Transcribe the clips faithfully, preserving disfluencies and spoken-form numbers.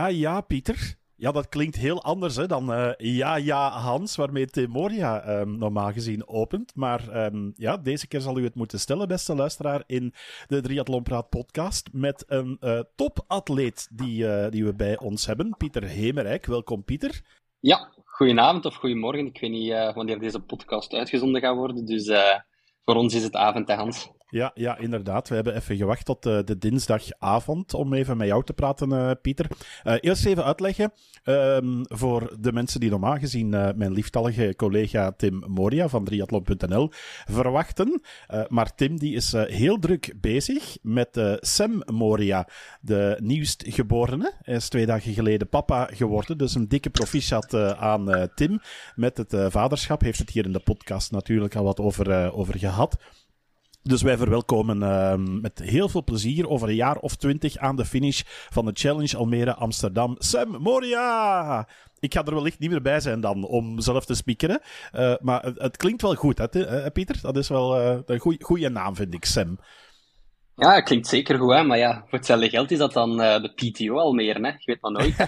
ja, Pieter. Ja, dat klinkt heel anders hè, dan uh, ja, ja, Hans, waarmee Tim Moria um, normaal gezien opent. Maar um, ja, deze keer zal u het moeten stellen, beste luisteraar, in de Triathlon Praat podcast met een uh, topatleet die, uh, die we bij ons hebben, Pieter Hemerijk. Welkom, Pieter. Ja, goedenavond of goedemorgen. Ik weet niet uh, wanneer deze podcast uitgezonden gaat worden, dus uh, voor ons is het avond, hè, Hans. Ja, ja, inderdaad. We hebben even gewacht tot uh, de dinsdagavond om even met jou te praten, uh, Pieter. Uh, eerst even uitleggen um, voor de mensen die normaal gezien uh, mijn lieftallige collega Tim Moria van triathlon punt n l verwachten. Uh, maar Tim die is uh, heel druk bezig met uh, Sam Moria, de nieuwstgeborene. Hij is twee dagen geleden papa geworden, dus een dikke proficiat uh, aan uh, Tim met het uh, vaderschap. Heeft het hier in de podcast natuurlijk al wat over, uh, over gehad. Dus wij verwelkomen uh, met heel veel plezier over een jaar of twintig aan de finish van de Challenge Almere Amsterdam. Sam Moria! Ik ga er wellicht niet meer bij zijn dan, om zelf te speakeren. Uh, maar het, het klinkt wel goed, hè, uh, Pieter? Dat is wel uh, een goede naam, vind ik, Sam. Ja, het klinkt zeker goed, hè? Maar ja, voor hetzelfde geld is dat dan uh, de P T O Almere, hè? Je weet maar nooit.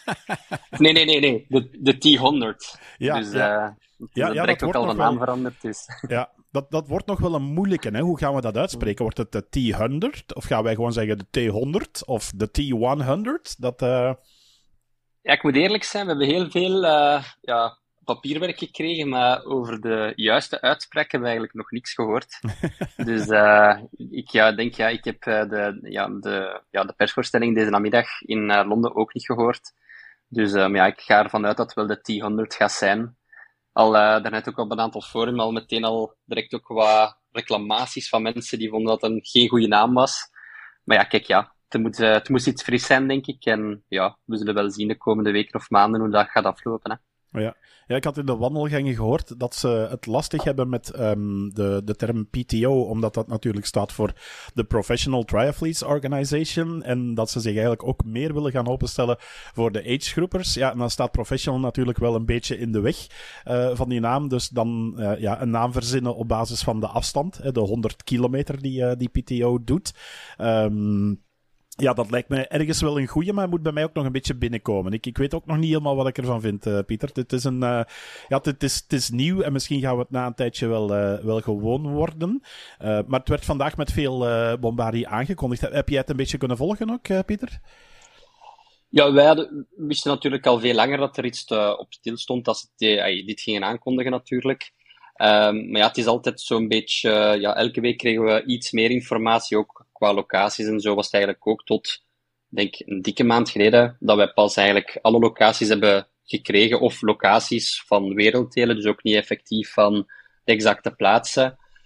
nee, nee, nee, nee. De, de T honderd. Ja, dus ja. Uh, dus ja, dat ja, direct dat ook al van wel... naam veranderd. Dus. Ja, dat, dat wordt nog wel een moeilijke, hè? Hoe gaan we dat uitspreken? Wordt het de T honderd? Of gaan wij gewoon zeggen de T honderd? Of de T honderd? Dat... Uh... Ja, ik moet eerlijk zijn, we hebben heel veel uh, ja, papierwerk gekregen, maar over de juiste uitspraak hebben we eigenlijk nog niks gehoord. dus uh, ik ja, denk, ja, ik heb uh, de, ja, de, ja, de persvoorstelling deze namiddag in uh, Londen ook niet gehoord. Dus um, ja, ik ga ervan uit dat het wel de T honderd gaat zijn. Al uh, daarnet ook op een aantal forum al meteen al direct ook wat reclamaties van mensen die vonden dat het een geen goede naam was. Maar ja, kijk, ja, het, moet, uh, het moest iets fris zijn, denk ik. En ja, we zullen wel zien de komende weken of maanden hoe dat gaat aflopen, hè. Ja. ja, ik had in de wandelgangen gehoord dat ze het lastig hebben met um, de, de term P T O, omdat dat natuurlijk staat voor de Professional Triathletes Organization, en dat ze zich eigenlijk ook meer willen gaan openstellen voor de agegroepers. Ja, en dan staat professional natuurlijk wel een beetje in de weg uh, van die naam, dus dan uh, ja, een naam verzinnen op basis van de afstand, hè, de honderd kilometer die, uh, die P T O doet. Um, Ja, dat lijkt mij ergens wel een goeie, maar het moet bij mij ook nog een beetje binnenkomen. Ik, ik weet ook nog niet helemaal wat ik ervan vind, uh, Pieter. Het is, een, uh, ja, het, is, het is nieuw en misschien gaan we het na een tijdje wel, uh, wel gewoon worden. Uh, maar het werd vandaag met veel uh, bombardie aangekondigd. Heb jij het een beetje kunnen volgen ook, uh, Pieter? Ja, wij hadden, wisten natuurlijk al veel langer dat er iets te, op stil stond dat ze te, ay, dit gingen aankondigen natuurlijk. Um, maar ja, het is altijd zo'n beetje... Uh, ja, elke week kregen we iets meer informatie, ook qua locaties en zo was het eigenlijk ook tot, denk een dikke maand geleden, dat wij pas eigenlijk alle locaties hebben gekregen, of locaties van werelddelen, dus ook niet effectief van de exacte plaatsen.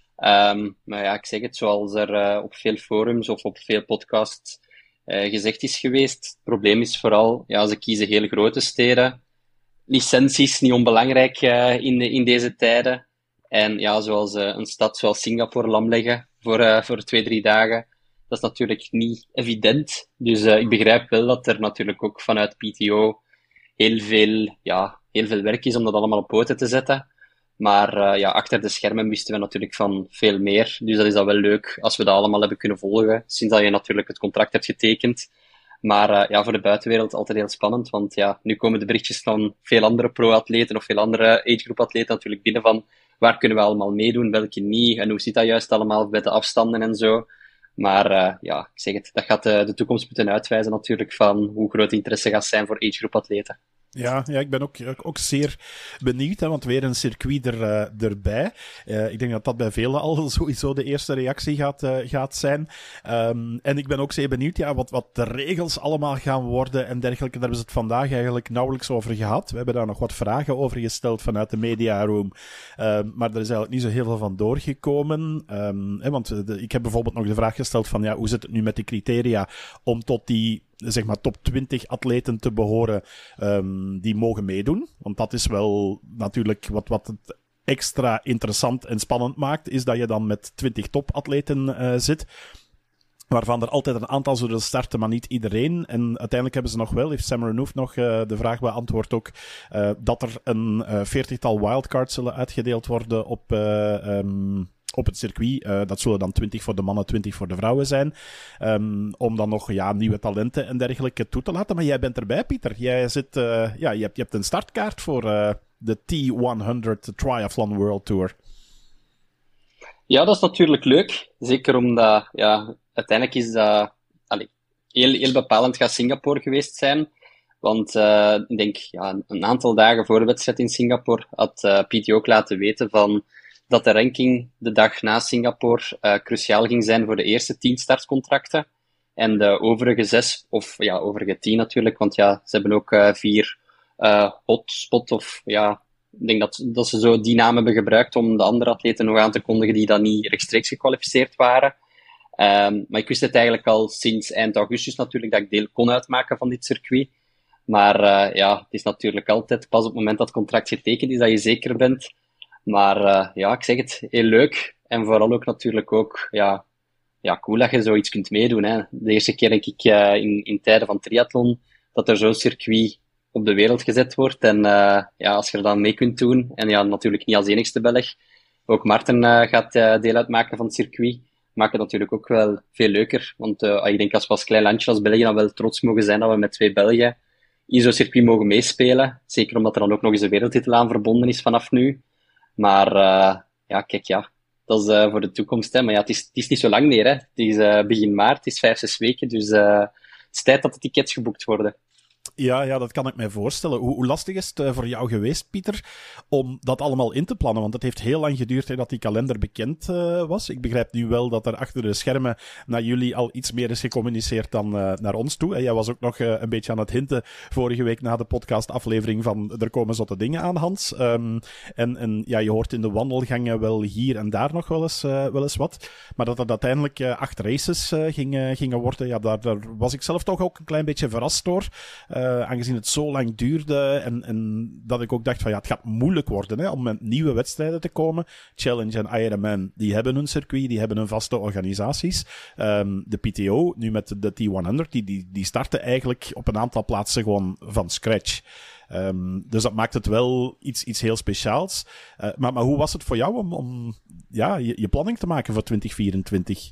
Um, maar ja, ik zeg het, zoals er uh, op veel forums of op veel podcasts uh, gezegd is geweest, het probleem is vooral, ja, ze kiezen heel grote steden, licenties niet onbelangrijk uh, in, de, in deze tijden. En ja, zoals uh, een stad zoals Singapore lam leggen voor, uh, voor twee, drie dagen, dat is natuurlijk niet evident. Dus uh, ik begrijp wel dat er natuurlijk ook vanuit P T O heel veel, ja, heel veel werk is om dat allemaal op poten te zetten. Maar uh, ja, achter de schermen wisten we natuurlijk van veel meer. Dus dat is dan wel leuk als we dat allemaal hebben kunnen volgen, sinds dat je natuurlijk het contract hebt getekend. Maar uh, ja, voor de buitenwereld altijd heel spannend, want ja, nu komen de berichtjes van veel andere pro-atleten of veel andere agegroep-atleten natuurlijk binnen van waar kunnen we allemaal meedoen, welke niet, en hoe zit dat juist allemaal met de afstanden en zo. Maar uh, ja, ik zeg het, dat gaat uh, de toekomst moeten uitwijzen natuurlijk van hoe groot interesse gaat zijn voor agegroep-atleten. Ja, ja, ik ben ook, ook zeer benieuwd, hè, want weer een circuit er, uh, erbij. Uh, ik denk dat dat bij velen al sowieso de eerste reactie gaat, uh, gaat zijn. Um, en ik ben ook zeer benieuwd ja, wat, wat de regels allemaal gaan worden en dergelijke. Daar hebben ze het vandaag eigenlijk nauwelijks over gehad. We hebben daar nog wat vragen over gesteld vanuit de mediaroom. Um, maar er is eigenlijk niet zo heel veel van doorgekomen. Um, hè, want de, ik heb bijvoorbeeld nog de vraag gesteld van ja, hoe zit het nu met de criteria om tot die zeg maar top twintig atleten te behoren um, die mogen meedoen. Want dat is wel natuurlijk wat, wat het extra interessant en spannend maakt, is dat je dan met twintig topatleten uh, zit, waarvan er altijd een aantal zullen starten, maar niet iedereen. En uiteindelijk hebben ze nog wel, heeft Sam Renouf nog uh, de vraag beantwoord ook, uh, dat er een uh, veertigtal wildcards zullen uitgedeeld worden op... Uh, um, op het circuit. Uh, dat zullen dan twintig voor de mannen, twintig voor de vrouwen zijn. Um, om dan nog ja, nieuwe talenten en dergelijke toe te laten. Maar jij bent erbij, Pieter. Jij zit, uh, ja, je, hebt, je hebt een startkaart voor uh, de T honderd Triathlon World Tour. Ja, dat is natuurlijk leuk. Zeker omdat, ja, uiteindelijk is dat allez, heel, heel bepalend gaat Singapore geweest zijn. Want uh, ik denk, ja, een aantal dagen voor de wedstrijd in Singapore had uh, P T O ook laten weten van dat de ranking de dag na Singapore uh, cruciaal ging zijn voor de eerste tien startcontracten. En de overige zes, of ja, overige tien natuurlijk, want ja, ze hebben ook uh, vier uh, hotspot, of ja, ik denk dat, dat ze zo die naam hebben gebruikt om de andere atleten nog aan te kondigen die dan niet rechtstreeks gekwalificeerd waren. Um, maar ik wist het eigenlijk al sinds eind augustus natuurlijk, dat ik deel kon uitmaken van dit circuit. Maar uh, ja, het is natuurlijk altijd pas op het moment dat het contract getekend is, dat je zeker bent. Maar uh, ja, ik zeg het, heel leuk. En vooral ook natuurlijk ook, ja, ja cool dat je zoiets kunt meedoen. Hè. De eerste keer denk ik uh, in, in tijden van triathlon, dat er zo'n circuit op de wereld gezet wordt. En uh, ja, als je er dan mee kunt doen, en ja, natuurlijk niet als enigste Belg, ook Maarten uh, gaat uh, deel uitmaken van het circuit, maakt het natuurlijk ook wel veel leuker. Want uh, ik denk als we als klein landje als België dan wel trots mogen zijn dat we met twee Belgen in zo'n circuit mogen meespelen. Zeker omdat er dan ook nog eens een wereldtitel aan verbonden is vanaf nu. Maar uh, ja, kijk, ja, dat is uh, voor de toekomst. Hè. Maar ja, het is, het is niet zo lang meer. Hè. Het is uh, begin maart, het is vijf, zes weken. Dus uh, het is tijd dat de tickets geboekt worden. Ja, ja, dat kan ik mij voorstellen. Hoe, hoe lastig is het uh, voor jou geweest, Pieter, om dat allemaal in te plannen? Want het heeft heel lang geduurd hè, dat die kalender bekend uh, was. Ik begrijp nu wel dat er achter de schermen naar jullie al iets meer is gecommuniceerd dan uh, naar ons toe. En jij was ook nog uh, een beetje aan het hinten vorige week na de podcastaflevering van er komen zotte dingen aan, Hans. Um, en, en ja, je hoort in de wandelgangen wel hier en daar nog wel eens, uh, wel eens wat. Maar dat het uiteindelijk uh, acht races uh, gingen, gingen worden, ja, daar, daar was ik zelf toch ook een klein beetje verrast door. Uh, aangezien het zo lang duurde en, en dat ik ook dacht van ja, het gaat moeilijk worden hè, om met nieuwe wedstrijden te komen. Challenge en Ironman, die hebben hun circuit, die hebben hun vaste organisaties. Um, de P T O, nu met de T honderd, die, die, die starten eigenlijk op een aantal plaatsen gewoon van scratch. Um, dus dat maakt het wel iets, iets heel speciaals. Uh, maar, maar hoe was het voor jou om, om ja, je, je planning te maken voor twintig vierentwintig?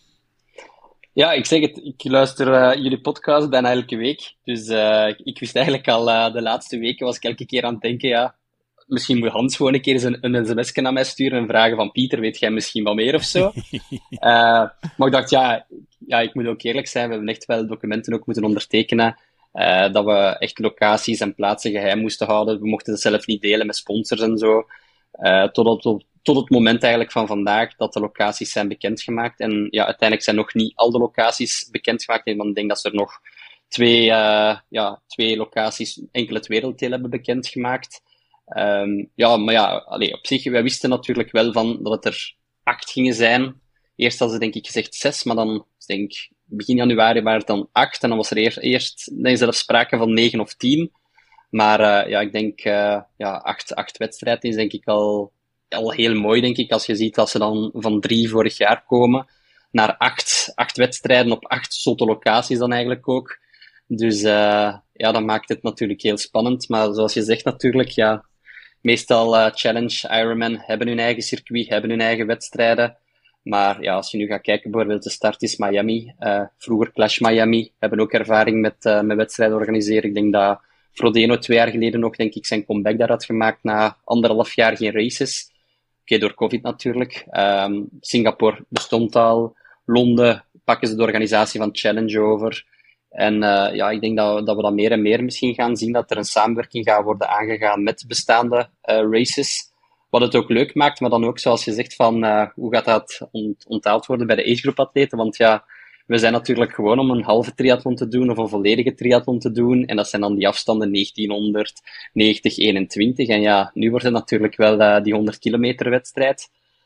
Ja, ik zeg het, ik luister uh, jullie podcast bijna elke week. Dus uh, ik wist eigenlijk al uh, de laatste weken, was ik elke keer aan het denken, ja, misschien moet Hans gewoon een keer eens een, een sms'je naar mij sturen en vragen van Pieter, weet jij misschien wat meer of zo? uh, maar ik dacht, ja, ja, ik moet ook eerlijk zijn, we hebben echt wel documenten ook moeten ondertekenen, uh, dat we echt locaties en plaatsen geheim moesten houden. We mochten het zelf niet delen met sponsors en zo. Uh, tot, tot, tot het moment eigenlijk van vandaag dat de locaties zijn bekendgemaakt. En ja, uiteindelijk zijn nog niet al de locaties bekendgemaakt. Want ik denk dat ze er nog twee, uh, ja, twee locaties enkel het werelddeel hebben bekendgemaakt. Um, ja, maar ja, allee, op zich, wij wisten natuurlijk wel van dat het er acht gingen zijn. Eerst hadden ze denk ik gezegd zes, maar dan, denk ik, begin januari waren het dan acht. En dan was er eerst, eerst dan zelfs sprake van negen of tien. Maar uh, ja, ik denk, uh, ja, acht, acht wedstrijden is denk ik al, al heel mooi, denk ik, als je ziet dat ze dan van drie vorig jaar komen naar acht, acht wedstrijden op acht zotte locaties dan eigenlijk ook. Dus uh, ja, dat maakt het natuurlijk heel spannend. Maar zoals je zegt natuurlijk, ja, meestal uh, Challenge, Ironman hebben hun eigen circuit, hebben hun eigen wedstrijden. Maar ja, als je nu gaat kijken, bijvoorbeeld de start is Miami. Uh, vroeger Clash Miami, hebben ook ervaring met, uh, met wedstrijden organiseren. Ik denk dat Frodeno twee jaar geleden nog, denk ik, zijn comeback daar had gemaakt na anderhalf jaar geen races. Oké, okay, door COVID natuurlijk. Um, Singapore bestond al. Londen pakken ze de organisatie van Challenge over. En uh, ja, ik denk dat, dat we dat meer en meer misschien gaan zien, dat er een samenwerking gaat worden aangegaan met bestaande uh, races. Wat het ook leuk maakt, maar dan ook, zoals je zegt, van uh, hoe gaat dat ont- onthaald worden bij de agegroep atleten? Want ja, we zijn natuurlijk gewoon om een halve triathlon te doen of een volledige triathlon te doen. En dat zijn dan die afstanden negentienhonderd, negentig, eenentwintig. En ja, nu wordt het natuurlijk wel uh, die honderd kilometer wedstrijd.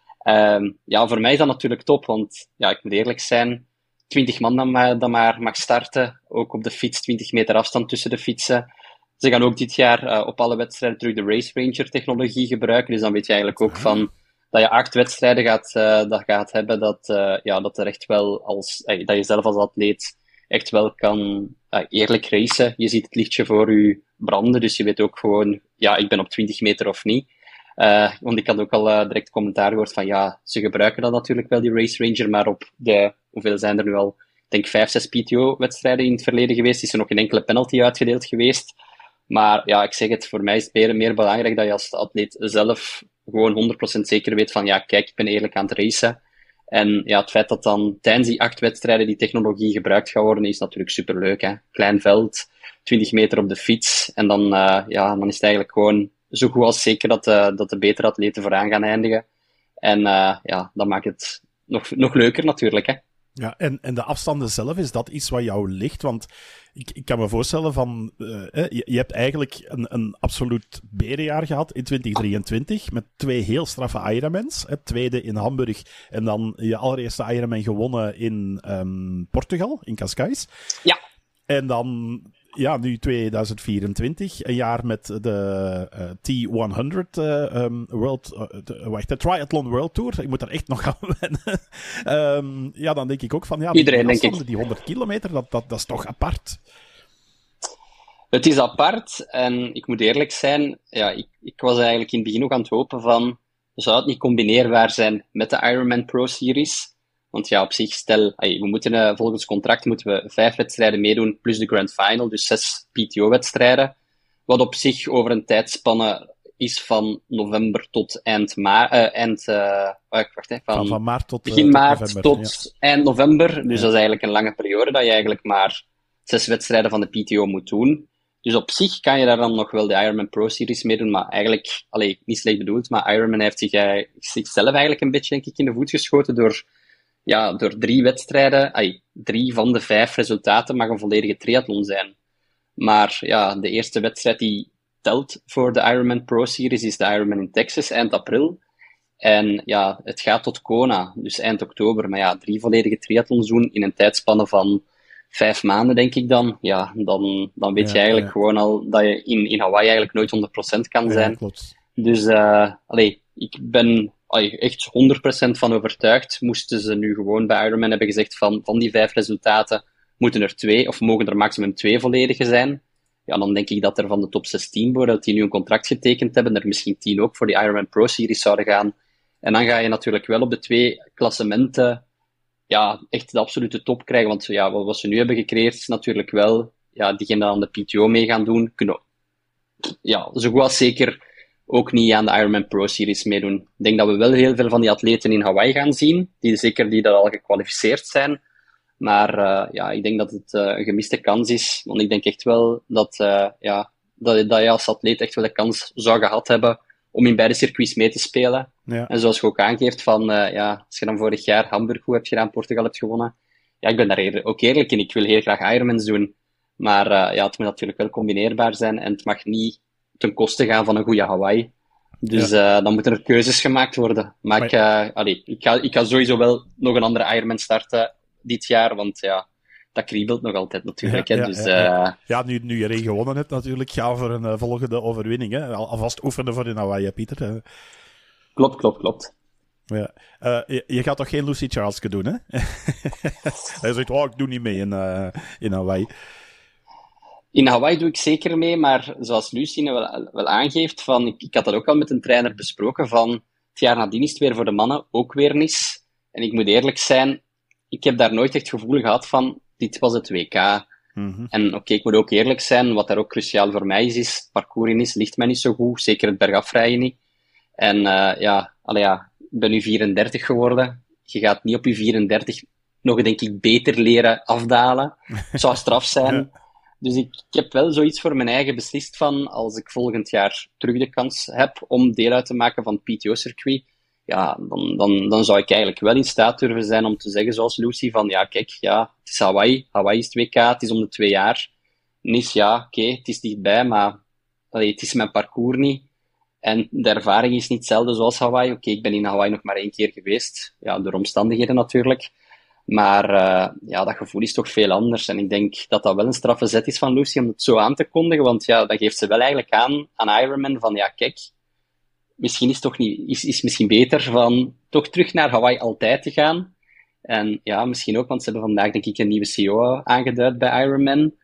Um, ja, voor mij is dat natuurlijk top, want ja, ik moet eerlijk zijn, twintig man dan maar, dan maar mag starten. Ook op de fiets, twintig meter afstand tussen de fietsen. Ze gaan ook dit jaar uh, op alle wedstrijden terug de Race Ranger technologie gebruiken. Dus dan weet je eigenlijk ook van dat je acht wedstrijden gaat, uh, dat gaat hebben, dat, uh, ja, dat er echt wel als, uh, dat je zelf als atleet echt wel kan uh, eerlijk racen. Je ziet het lichtje voor je branden, dus je weet ook gewoon, ja, ik ben op twintig meter of niet. Uh, want ik had ook al uh, direct commentaar gehoord van ja, ze gebruiken dat natuurlijk wel, die Race Ranger, maar op de, hoeveel zijn er nu al? Ik denk vijf, zes P T O-wedstrijden in het verleden geweest. Is er nog geen enkele penalty uitgedeeld geweest. Maar ja, ik zeg het, voor mij is het meer, meer belangrijk dat je als atleet zelf gewoon honderd procent zeker weet van ja, kijk, ik ben eerlijk aan het racen. En ja, het feit dat dan tijdens die acht wedstrijden die technologie gebruikt gaat worden, is natuurlijk superleuk, hè. Klein veld, twintig meter op de fiets. En dan, uh, ja, dan is het eigenlijk gewoon zo goed als zeker dat de, dat de betere atleten vooraan gaan eindigen. En uh, ja, dat maakt het nog, nog leuker natuurlijk, hè. Ja, en, en de afstanden zelf, is dat iets wat jou ligt? Want ik, ik kan me voorstellen van, uh, je, je hebt eigenlijk een, een absoluut berenjaar gehad in twintig drieëntwintig, met twee heel straffe Ironmans. Het tweede in Hamburg en dan je allereerste Ironman gewonnen in um, Portugal, in Cascais. Ja. En dan, ja, nu twintig vierentwintig, een jaar met de uh, T honderd uh, um, World, uh, de, wacht, de Triathlon World Tour. Ik moet daar echt nog aan wennen. um, ja, dan denk ik ook van, ja, Iedereen, die, denk ik. die honderd kilometer, dat, dat, dat is toch apart. Het is apart en ik moet eerlijk zijn, ja, ik, ik was eigenlijk in het begin nog aan het hopen van, zou het niet combineerbaar zijn met de Ironman Pro Series? Want ja, op zich, stel, we moeten, uh, volgens contract moeten we vijf wedstrijden meedoen, plus de Grand Final, dus zes P T O-wedstrijden. Wat op zich over een tijdspanne is van november tot eind maart, uh, eind, uh, wacht, hè, van, van, van maart tot, begin uh, tot maart november, tot ja. eind november. Dus ja. dat is eigenlijk een lange periode dat je eigenlijk maar zes wedstrijden van de P T O moet doen. Dus op zich kan je daar dan nog wel de Ironman Pro Series mee doen, maar eigenlijk, allee, niet slecht bedoeld, maar Ironman heeft zich, uh, zichzelf eigenlijk een beetje, denk ik, in de voet geschoten door ja, door drie wedstrijden, ay, drie van de vijf resultaten mag een volledige triathlon zijn. Maar ja, de eerste wedstrijd die telt voor de Ironman Pro Series is de Ironman in Texas, eind april. En ja, het gaat tot Kona, dus eind oktober. Maar ja, drie volledige triathlons doen in een tijdspanne van vijf maanden, denk ik dan. Ja, dan, dan weet ja, je eigenlijk ja. gewoon al dat je in, in Hawaii eigenlijk nooit honderd procent kan zijn. Ja, klopt. Dus, uh, allee, ik ben allee, echt honderd procent van overtuigd. Moesten ze nu gewoon bij Ironman hebben gezegd van, van die vijf resultaten moeten er twee, of mogen er maximum twee volledige zijn. Ja, dan denk ik dat er van de top zestien, bijvoorbeeld, die nu een contract getekend hebben, er misschien tien ook voor die Ironman Pro Series zouden gaan. En dan ga je natuurlijk wel op de twee klassementen ja, echt de absolute top krijgen. Want ja, wat ze nu hebben gecreëerd is natuurlijk wel, ja, diegenen die aan de P T O mee gaan doen, kunnen ja, zo goed als zeker ook niet aan de Ironman Pro Series meedoen. Ik denk dat we wel heel veel van die atleten in Hawaii gaan zien, die zeker die daar al gekwalificeerd zijn. Maar uh, ja, ik denk dat het uh, een gemiste kans is. Want ik denk echt wel dat, uh, ja, dat, dat je als atleet echt wel de kans zou gehad hebben om in beide circuits mee te spelen. Ja. En zoals je ook aangeeft van, uh, ja, als je dan vorig jaar Hamburg goed hebt gedaan, Portugal hebt gewonnen. Ja, ik ben daar eerder, ook eerlijk in. Ik wil heel graag Ironmans doen. Maar uh, ja, het moet natuurlijk wel combineerbaar zijn en het mag niet ten koste gaan van een goede Hawaii. Dus ja. uh, dan moeten er keuzes gemaakt worden. Maar, maar... Ik, uh, allee, ik, ga, ik ga sowieso wel nog een andere Ironman starten dit jaar, want ja, dat kriebelt nog altijd natuurlijk. Ja, hè. ja, dus, ja, ja. Uh... ja nu, nu je er gewonnen hebt natuurlijk, ga voor een uh, volgende overwinning. Hè. Al, alvast oefenen voor in Hawaii, Pieter. Uh. Klopt, klopt, klopt. Ja. Uh, je, je gaat toch geen Lucy Charleske doen, hè? Hij zegt, oh, ik doe niet mee in, uh, in Hawaii. In Hawaii doe ik zeker mee, maar zoals Lucy wel, wel aangeeft, van, ik, ik had dat ook al met een trainer besproken, van het jaar nadien is het weer voor de mannen ook weer mis. En ik moet eerlijk zijn, ik heb daar nooit echt gevoel gehad van, dit was het W K. Mm-hmm. En oké, okay, ik moet ook eerlijk zijn, wat daar ook cruciaal voor mij is, is het parcours in is, ligt mij niet zo goed, zeker het bergafrijden niet. En uh, ja, allee, ja, ik ben nu vierendertig geworden. Je gaat niet op je vierendertig nog, denk ik, beter leren afdalen. Het zou straf zijn. Ja. Dus ik, ik heb wel zoiets voor mijn eigen beslist van, als ik volgend jaar terug de kans heb om deel uit te maken van het P T O-circuit, ja, dan, dan, dan zou ik eigenlijk wel in staat durven zijn om te zeggen, zoals Lucy, van ja, kijk, ja, het is Hawaii, Hawaii is het W K, het is om de twee jaar. Nis, ja, oké, okay, het is dichtbij, maar allee, het is mijn parcours niet. En de ervaring is niet hetzelfde zoals Hawaii. Oké, okay, ik ben in Hawaii nog maar één keer geweest. Ja, door omstandigheden natuurlijk. Maar uh, ja, dat gevoel is toch veel anders. En ik denk dat dat wel een straffe zet is van Lucy om het zo aan te kondigen. Want ja, dan geeft ze wel eigenlijk aan aan Ironman van ja, kijk, misschien is het toch niet, is, is misschien beter van toch terug naar Hawaii altijd te gaan. En ja, misschien ook, want ze hebben vandaag denk ik een nieuwe C E O aangeduid bij Ironman.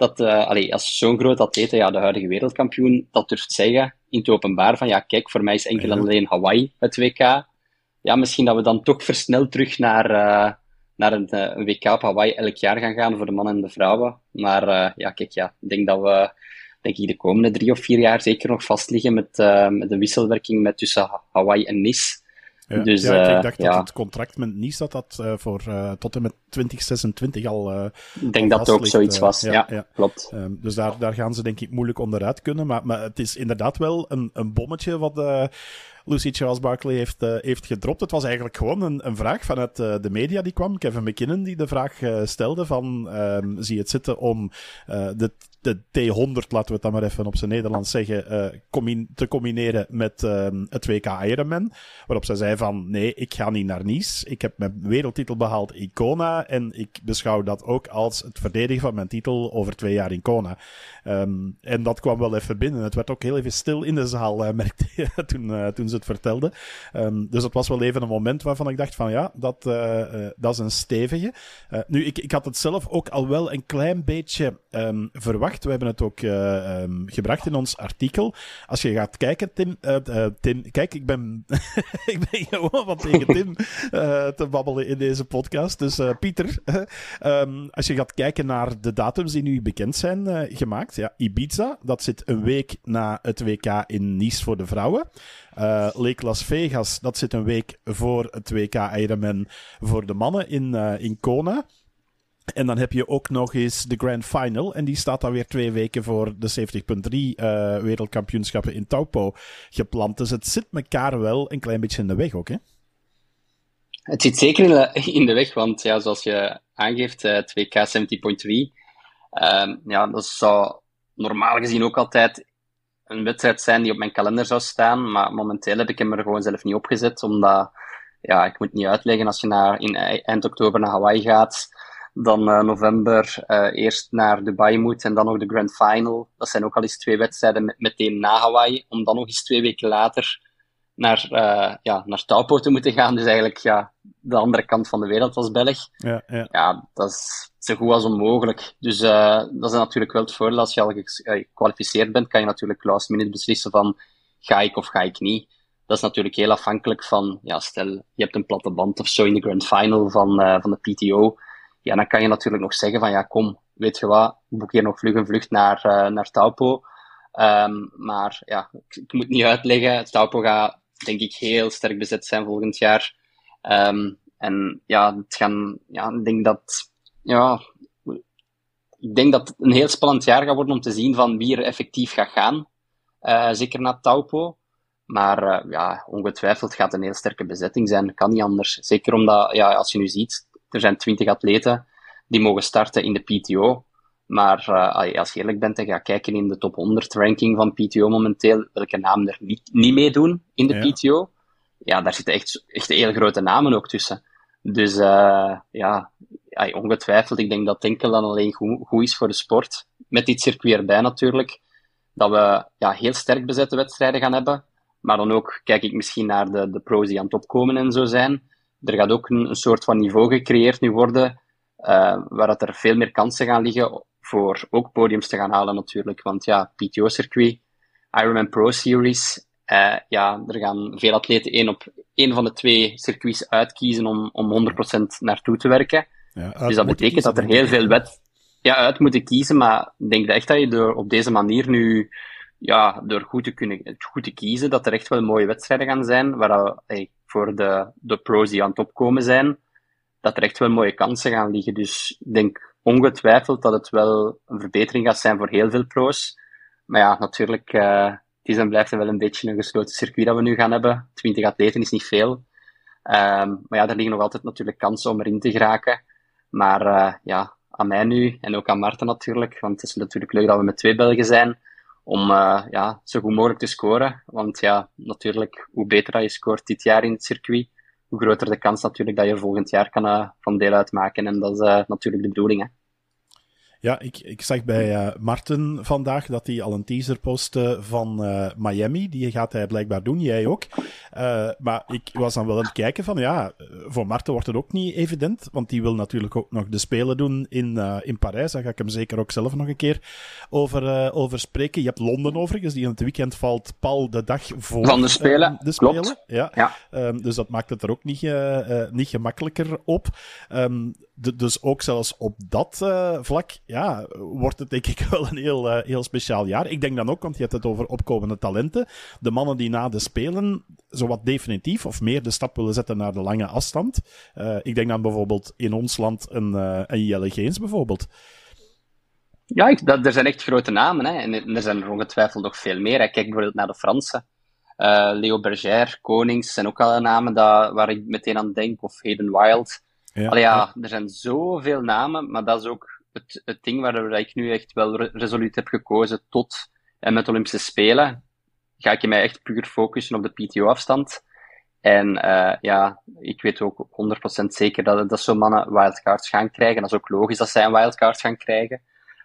dat uh, allee, als zo'n groot atleet, ja, de huidige wereldkampioen, dat durft zeggen in het openbaar van, ja, kijk, voor mij is enkel en alleen Hawaii het W K. Ja, misschien dat we dan toch versneld terug naar, uh, naar een, een W K op Hawaii elk jaar gaan gaan voor de mannen en de vrouwen. Maar uh, ja, kijk, ja, ik denk dat we denk ik de komende drie of vier jaar zeker nog vastliggen met, uh, met de wisselwerking met tussen Hawaii en Nice. Ja, dus, ja, uh, ik dacht ja. dat het contract met Nice dat dat uh, voor uh, tot en met twintig zesentwintig al uh, Ik denk dat het ook zoiets was, uh, ja, ja, klopt. Um, dus daar, daar gaan ze denk ik moeilijk onderuit kunnen, maar, maar het is inderdaad wel een, een bommetje wat uh, Lucy Charles Barkley heeft, uh, heeft gedropt. Het was eigenlijk gewoon een, een vraag vanuit uh, de media die kwam. Kevin McKinnon die de vraag uh, stelde van, um, zie je het zitten om uh, de de T honderd, laten we het dan maar even op zijn Nederlands zeggen, uh, combi- te combineren met uh, het W K Ironman. Waarop zij zei van, nee, ik ga niet naar Nice. Ik heb mijn wereldtitel behaald in Kona en ik beschouw dat ook als het verdedigen van mijn titel over twee jaar in Kona. Um, en dat kwam wel even binnen. Het werd ook heel even stil in de zaal, uh, merkte je, toen, uh, toen ze het vertelde. Um, dus het was wel even een moment waarvan ik dacht van, ja, dat, uh, uh, dat is een stevige. Uh, nu, ik, ik had het zelf ook al wel een klein beetje um, verwacht. We hebben het ook uh, um, gebracht in ons artikel. Als je gaat kijken, Tim... Uh, uh, Tim kijk, ik ben, ik ben gewoon wat tegen Tim uh, te babbelen in deze podcast. Dus uh, Pieter, um, als je gaat kijken naar de datums die nu bekend zijn uh, gemaakt. Ja, Ibiza, dat zit een week na het W K in Nice voor de vrouwen. Uh, Lake Las Vegas, dat zit een week voor het W K Ironman voor de mannen in, uh, in Kona. En dan heb je ook nog eens de Grand Final. En die staat dan weer twee weken voor de zeventig komma drie uh, wereldkampioenschappen in Taupo gepland. Dus het zit elkaar wel een klein beetje in de weg ook, hè? Het zit zeker in de, in de weg, want ja, zoals je aangeeft, uh, het W K zeventig komma drie, uh, ja, dat zou normaal gezien ook altijd een wedstrijd zijn die op mijn kalender zou staan. Maar momenteel heb ik hem er gewoon zelf niet opgezet, omdat, ja, ik moet het niet uitleggen, als je naar, in eind oktober naar Hawaii gaat, dan uh, november uh, eerst naar Dubai moet en dan nog de Grand Final. Dat zijn ook al eens twee wedstrijden met, meteen na Hawaii, om dan nog eens twee weken later naar, uh, ja, naar Taupo te moeten gaan. Dus eigenlijk ja, de andere kant van de wereld als Belg. Ja, ja. ja dat is zo goed als onmogelijk. Dus uh, dat is natuurlijk wel het voordeel. Als je al gekwalificeerd bent, kan je natuurlijk last minute beslissen van ga ik of ga ik niet. Dat is natuurlijk heel afhankelijk van, ja, stel je hebt een platte band of zo in de Grand Final van, uh, van de P T O. Ja, dan kan je natuurlijk nog zeggen van, ja, kom, weet je wat, boek hier nog vlug een vlucht naar, uh, naar Taupo. Um, maar ja, ik, ik moet niet uitleggen, Taupo gaat, denk ik, heel sterk bezet zijn volgend jaar. Um, en ja, het gaan, ja, ik denk dat, ja, ik denk dat het een heel spannend jaar gaat worden om te zien van wie er effectief gaat gaan. Uh, zeker naar Taupo. Maar uh, ja, ongetwijfeld gaat het een heel sterke bezetting zijn, kan niet anders. Zeker omdat, ja, als je nu ziet, er zijn twintig atleten die mogen starten in de P T O. Maar uh, als je eerlijk bent en gaat kijken in de top honderd ranking van P T O momenteel, welke namen er niet, niet meedoen in de ja. P T O, ja, daar zitten echt, echt hele grote namen ook tussen. Dus uh, ja, ongetwijfeld, ik denk dat het enkel dan alleen goed, goed is voor de sport. Met dit circuit erbij natuurlijk, dat we ja, heel sterk bezette wedstrijden gaan hebben. Maar dan ook kijk ik misschien naar de, de pro's die aan het opkomen en zo zijn. Er gaat ook een, een soort van niveau gecreëerd nu worden, uh, waar dat er veel meer kansen gaan liggen voor ook podiums te gaan halen natuurlijk. Want ja, P T O-circuit, Ironman Pro Series, uh, ja, er gaan veel atleten één op één van de twee circuits uitkiezen om, om honderd procent naartoe te werken. Ja, dus dat betekent kiezen, dat er heel veel wet ja, uit moeten kiezen, maar ik denk echt dat je door op deze manier nu, ja, door goed te kunnen goed te kiezen, dat er echt wel mooie wedstrijden gaan zijn, waar hey, voor de, de pro's die aan het opkomen zijn, dat er echt wel mooie kansen gaan liggen. Dus ik denk ongetwijfeld dat het wel een verbetering gaat zijn voor heel veel pro's. Maar ja, natuurlijk, uh, het is en blijft wel een beetje een gesloten circuit dat we nu gaan hebben. twintig atleten is niet veel. Um, maar ja, er liggen nog altijd natuurlijk kansen om erin te geraken. Maar uh, ja, aan mij nu, en ook aan Marten natuurlijk, want het is natuurlijk leuk dat we met twee Belgen zijn, om uh, ja, zo goed mogelijk te scoren. Want ja, natuurlijk, hoe beter dat je scoort dit jaar in het circuit, hoe groter de kans natuurlijk dat je er volgend jaar kan uh, van deel uitmaken. En dat is uh, natuurlijk de bedoeling, hè. Ja, ik, ik zag bij uh, Marten vandaag dat hij al een teaser postte van uh, Miami. Die gaat hij blijkbaar doen, jij ook. Uh, maar ik was dan wel aan het kijken van, ja, voor Marten wordt het ook niet evident, want die wil natuurlijk ook nog de Spelen doen in, uh, in Parijs. Daar ga ik hem zeker ook zelf nog een keer over, uh, over spreken. Je hebt Londen overigens, die in het weekend valt pal de dag voor van de Spelen. Uh, de Spelen. Klopt. Ja. Ja. Um, dus dat maakt het er ook niet, uh, uh, niet gemakkelijker op. Um, de, dus ook zelfs op dat uh, vlak, ja, wordt het denk ik wel een heel, uh, heel speciaal jaar. Ik denk dan ook, want je hebt het over opkomende talenten. De mannen die na de Spelen zowat definitief of meer de stap willen zetten naar de lange afstand. Uh, ik denk dan bijvoorbeeld in ons land een, uh, een Jelle Geens bijvoorbeeld. Ja, ik, dat, er zijn echt grote namen. Hè. En er zijn er ongetwijfeld nog veel meer. Hè. Kijk bijvoorbeeld naar de Fransen. Uh, Leo Berger, Konings zijn ook al namen dat, waar ik meteen aan denk. Of Hayden Wild. Ja, Allee, ja, ja, er zijn zoveel namen, maar dat is ook het, het ding waar ik nu echt wel re- resoluut heb gekozen tot en met de Olympische Spelen. Ga ik mij echt puur focussen op de P T O-afstand. En uh, ja, ik weet ook honderd procent zeker dat, dat zo'n mannen wildcards gaan krijgen. Dat is ook logisch dat zij een wildcard gaan krijgen.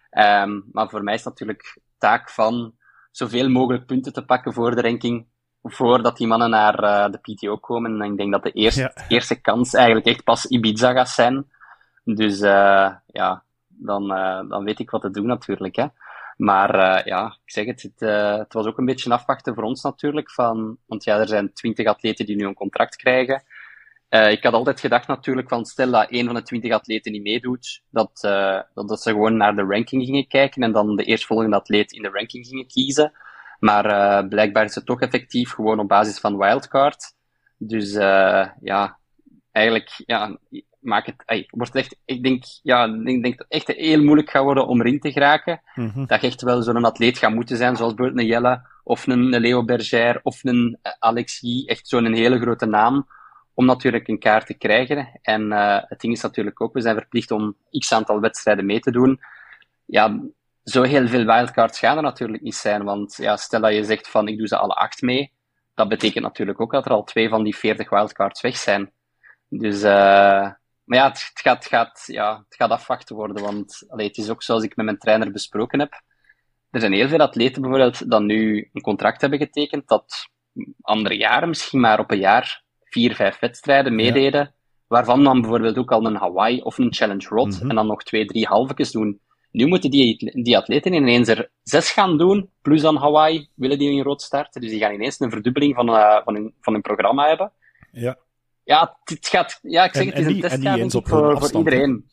Um, maar voor mij is het natuurlijk taak van zoveel mogelijk punten te pakken voor de ranking, voordat die mannen naar uh, de P T O komen. En ik denk dat de eerste, ja. eerste kans eigenlijk echt pas Ibiza gaat zijn. Dus uh, ja, dan, uh, dan weet ik wat te doen natuurlijk. Hè. Maar uh, ja, ik zeg het, het, uh, het was ook een beetje afwachten voor ons natuurlijk. Van, want ja, er zijn twintig atleten die nu een contract krijgen. Uh, ik had altijd gedacht natuurlijk van, stel dat één van de twintig atleten niet meedoet, dat, uh, dat, dat ze gewoon naar de ranking gingen kijken en dan de eerstvolgende atleet in de ranking gingen kiezen. Maar uh, blijkbaar is het toch effectief gewoon op basis van wildcard. Dus uh, ja, eigenlijk ja, maak het, ay, wordt het echt, ik denk, ja, ik denk dat het echt heel moeilijk gaat worden om erin te geraken. Mm-hmm. Dat je echt wel zo'n atleet gaat moeten zijn, zoals bijvoorbeeld een Jelle, of een, een Leo Berger, of een uh, Alexis, echt zo'n hele grote naam, om natuurlijk een kaart te krijgen. En uh, het ding is natuurlijk ook, we zijn verplicht om x aantal wedstrijden mee te doen. Ja, zo heel veel wildcards gaan er natuurlijk niet zijn, want ja, stel dat je zegt van ik doe ze alle acht mee, dat betekent natuurlijk ook dat er al twee van die veertig wildcards weg zijn. Dus, uh, maar ja, het, het, gaat, gaat, ja, het gaat afwachten worden, want allee, het is ook zoals ik met mijn trainer besproken heb. Er zijn heel veel atleten bijvoorbeeld dat nu een contract hebben getekend, dat andere jaren misschien maar op een jaar vier, vijf wedstrijden meededen, ja. Waarvan dan bijvoorbeeld ook al een Hawaii of een Challenge Rod, mm-hmm. en dan nog twee, drie halfjes doen. Nu moeten die, die atleten ineens er zes gaan doen, plus dan Hawaii, willen die in rood starten. Dus die gaan ineens een verdubbeling van, uh, van, hun, van hun programma hebben. Ja. Ja, het gaat, ja ik zeg en, het, het is een testjaar voor, voor iedereen. He?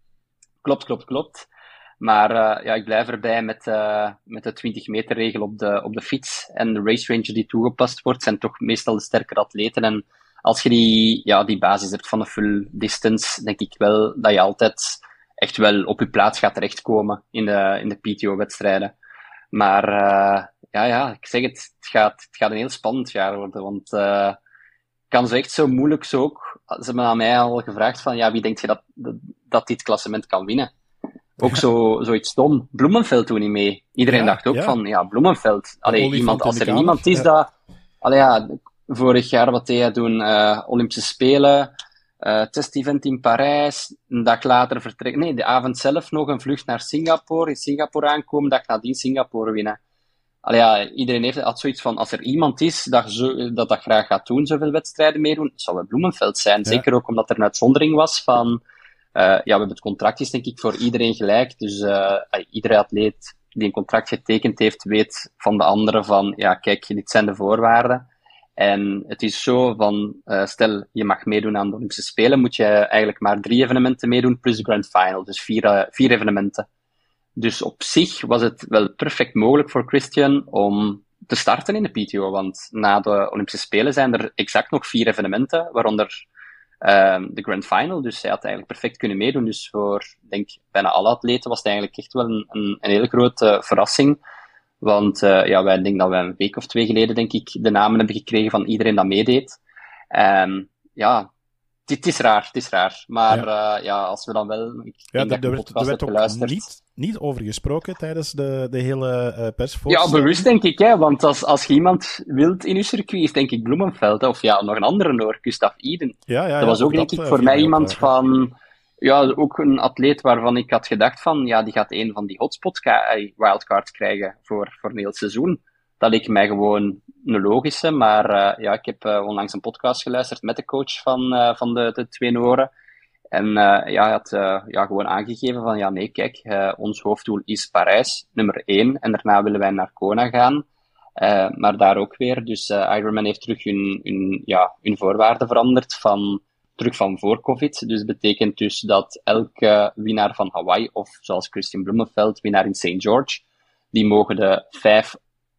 Klopt, klopt, klopt. Maar uh, ja, ik blijf erbij met, uh, met de twintig meter regel op de, op de fiets. En de race ranger die toegepast wordt, zijn toch meestal de sterkere atleten. En als je die, ja, die basis hebt van de full distance, denk ik wel dat je altijd echt wel op je plaats gaat terechtkomen in de, in de P T O-wedstrijden. Maar uh, ja, ja, ik zeg het, het gaat, het gaat een heel spannend jaar worden, want uh, kan zo echt zo moeilijk zo ook. Ze hebben aan mij al gevraagd van, ja, wie denkt je dat, dat, dat dit klassement kan winnen? Ook zo, zoiets stom. Bloemenveld doet niet mee. Iedereen ja, dacht ook ja. van, ja, Bloemenveld. Allee, iemand, als er iemand is ja. dat... Allee, ja, vorig jaar wat deed hij doen, uh, Olympische Spelen, uh, test-event in Parijs, een dag later vertrekken. Nee, de avond zelf nog een vlucht naar Singapore, in Singapore aankomen, dag nadien Singapore winnen. Allee, ja, iedereen heeft had zoiets van, als er iemand is dat zo, dat, dat graag gaat doen, zoveel wedstrijden meedoen, zou het Bloemenveld zijn. Ja. Zeker ook omdat er een uitzondering was van, uh, ja, we hebben het contract is denk ik voor iedereen gelijk, dus uh, iedere atleet die een contract getekend heeft, weet van de andere van, ja, kijk, dit zijn de voorwaarden. En het is zo van, uh, stel, je mag meedoen aan de Olympische Spelen, moet je eigenlijk maar drie evenementen meedoen, plus de Grand Final, dus vier, uh, vier evenementen. Dus op zich was het wel perfect mogelijk voor Christian om te starten in de P T O, want na de Olympische Spelen zijn er exact nog vier evenementen, waaronder uh, de Grand Final, dus hij had eigenlijk perfect kunnen meedoen. Dus voor, denk bijna alle atleten was het eigenlijk echt wel een, een, een hele grote verrassing. Want uh, ja, wij denken dat wij een week of twee geleden, denk ik, de namen hebben gekregen van iedereen dat meedeed. Um, ja, het is raar, het is raar. Maar ja, uh, ja als we dan wel... Ik ja, denk er, dat er werd ook niet, niet over gesproken tijdens de, de hele uh, persfoto. Ja, bewust denk ik, hè, want als, als je iemand wilt in je circuit, is denk ik Bloemenveld, of ja, nog een andere Noor, Gustav Iden. Ja, ja, dat was ja, ook, denk dat, ik, uh, voor mij iemand op, uh, van... Ja, ook een atleet waarvan ik had gedacht van, ja, die gaat een van die hotspots, ka- wildcards krijgen voor, voor een heel seizoen. Dat leek mij gewoon een logische, maar uh, ja, ik heb uh, onlangs een podcast geluisterd met de coach van, uh, van de, de twee Noren. En uh, ja, hij had uh, ja, gewoon aangegeven van, ja, nee, kijk, uh, ons hoofddoel is Parijs, nummer één, en daarna willen wij naar Kona gaan. Uh, maar daar ook weer, dus uh, Ironman heeft terug hun, hun, ja, hun voorwaarden veranderd van, terug van voor COVID. Dus dat betekent dus dat elke winnaar van Hawaii, of zoals Christian Blumenfeld, winnaar in Saint George, die mogen de vijf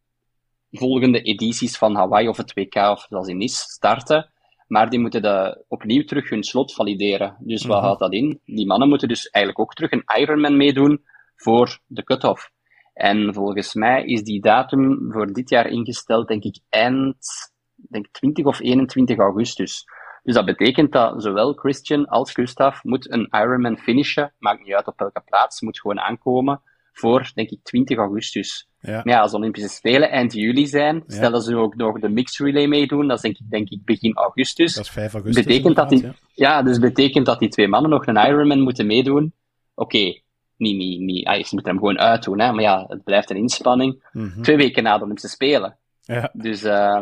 volgende edities van Hawaii of het W K of zoals in Nice starten. Maar die moeten de, opnieuw terug hun slot valideren. Dus wat houdt dat in? Die mannen moeten dus eigenlijk ook terug een Ironman meedoen voor de cut-off. En volgens mij is die datum voor dit jaar ingesteld, denk ik, eind denk twintig of eenentwintig augustus. Dus dat betekent dat zowel Christian als Gustav moet een Ironman finishen, maakt niet uit op welke plaats, moet gewoon aankomen voor, denk ik, twintig augustus. Ja. Maar ja, als de Olympische Spelen eind juli zijn, ja. Stel dat ze ook nog de mixed relay meedoen, dat is denk ik, denk ik begin augustus. Dat is vijf augustus. Betekent dat die, ja. ja, dus betekent dat die twee mannen nog een Ironman moeten meedoen. Oké, okay, niet, niet, niet, ah, ze moeten hem gewoon uitdoen, hè, maar ja, het blijft een inspanning. Mm-hmm. Twee weken na de Olympische Spelen. Ja. Dus uh,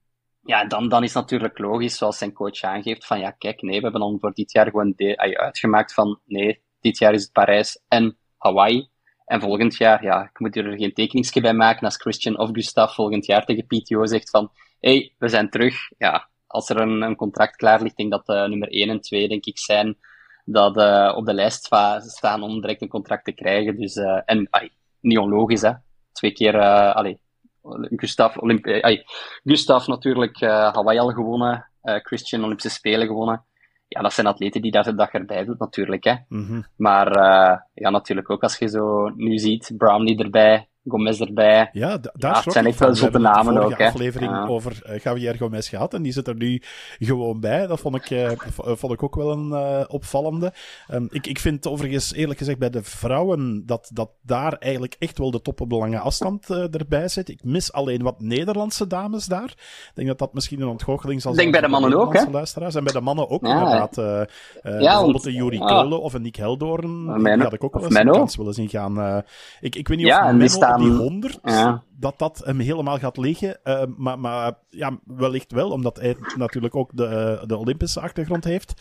ja, dan, dan is het natuurlijk logisch, zoals zijn coach aangeeft, van ja, kijk, nee, we hebben dan voor dit jaar gewoon de, uh, uitgemaakt van nee, dit jaar is het Parijs en Hawaii. En volgend jaar, ja, ik moet er geen tekeningsje bij maken als Christian of Gustav volgend jaar tegen P T O zegt van hé, hey, we zijn terug. Ja, als er een, een contract klaar ligt, denk dat uh, nummer één en twee, denk ik, zijn dat uh, op de lijst staan om direct een contract te krijgen. Dus, uh, en, ay, niet onlogisch, hè. Twee keer, uh, allee, Gustav, Olymp- ay, Gustav natuurlijk uh, Hawaii al gewonnen, uh, Christian Olympische Spelen gewonnen. Ja, dat zijn atleten die dat, dat erbij doet, natuurlijk. Hè. Mm-hmm. Maar uh, ja, natuurlijk ook als je zo nu ziet, Brownlee erbij, Gomez erbij. Ja, d- daar ja, het zijn echt wel zotte namen ook. De aflevering ja. over uh, Javier Gomez gehad en die zit er nu gewoon bij. Dat vond ik, uh, vond ik ook wel een uh, opvallende. Um, ik, ik vind overigens, eerlijk gezegd, bij de vrouwen dat, dat daar eigenlijk echt wel de top op de lange afstand uh, erbij zit. Ik mis alleen wat Nederlandse dames daar. Ik denk dat dat misschien een ontgoocheling zal zijn. Ik denk bij de mannen ook, hè? Luisteraars. En bij de mannen ook, ja, inderdaad. Uh, uh, ja, bijvoorbeeld een Juri uh, Keulen of een Nick Heldoorn. Die had ik ook wel eens een kans willen zien gaan. Uh, ik, ik weet niet ja, of Menno die honderd, ja. dat dat hem helemaal gaat liggen. Uh, maar maar ja, wellicht wel, omdat hij natuurlijk ook de, uh, de Olympische achtergrond heeft.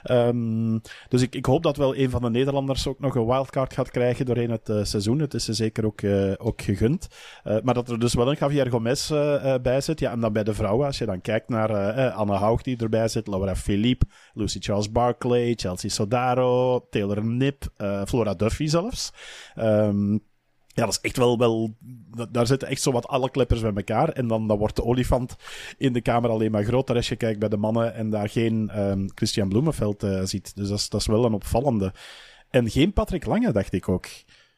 Um, dus ik, ik hoop dat wel een van de Nederlanders ook nog een wildcard gaat krijgen doorheen het uh, seizoen. Het is ze zeker ook, uh, ook gegund. Uh, maar dat er dus wel een Javier Gomez uh, uh, bij zit. Ja, en dan bij de vrouwen, als je dan kijkt naar uh, uh, Anne Haug die erbij zit, Laura Philippe, Lucy Charles Barclay, Chelsea Sodaro, Taylor Nip, uh, Flora Duffy zelfs. Um, Ja, dat is echt wel, wel... Daar zitten echt zo wat alle kleppers bij elkaar. En dan, dan wordt de olifant in de kamer alleen maar groter als je kijkt bij de mannen en daar geen um, Christian Blumenfeld uh, ziet. Dus dat is, dat is wel een opvallende. En geen Patrick Lange, dacht ik ook.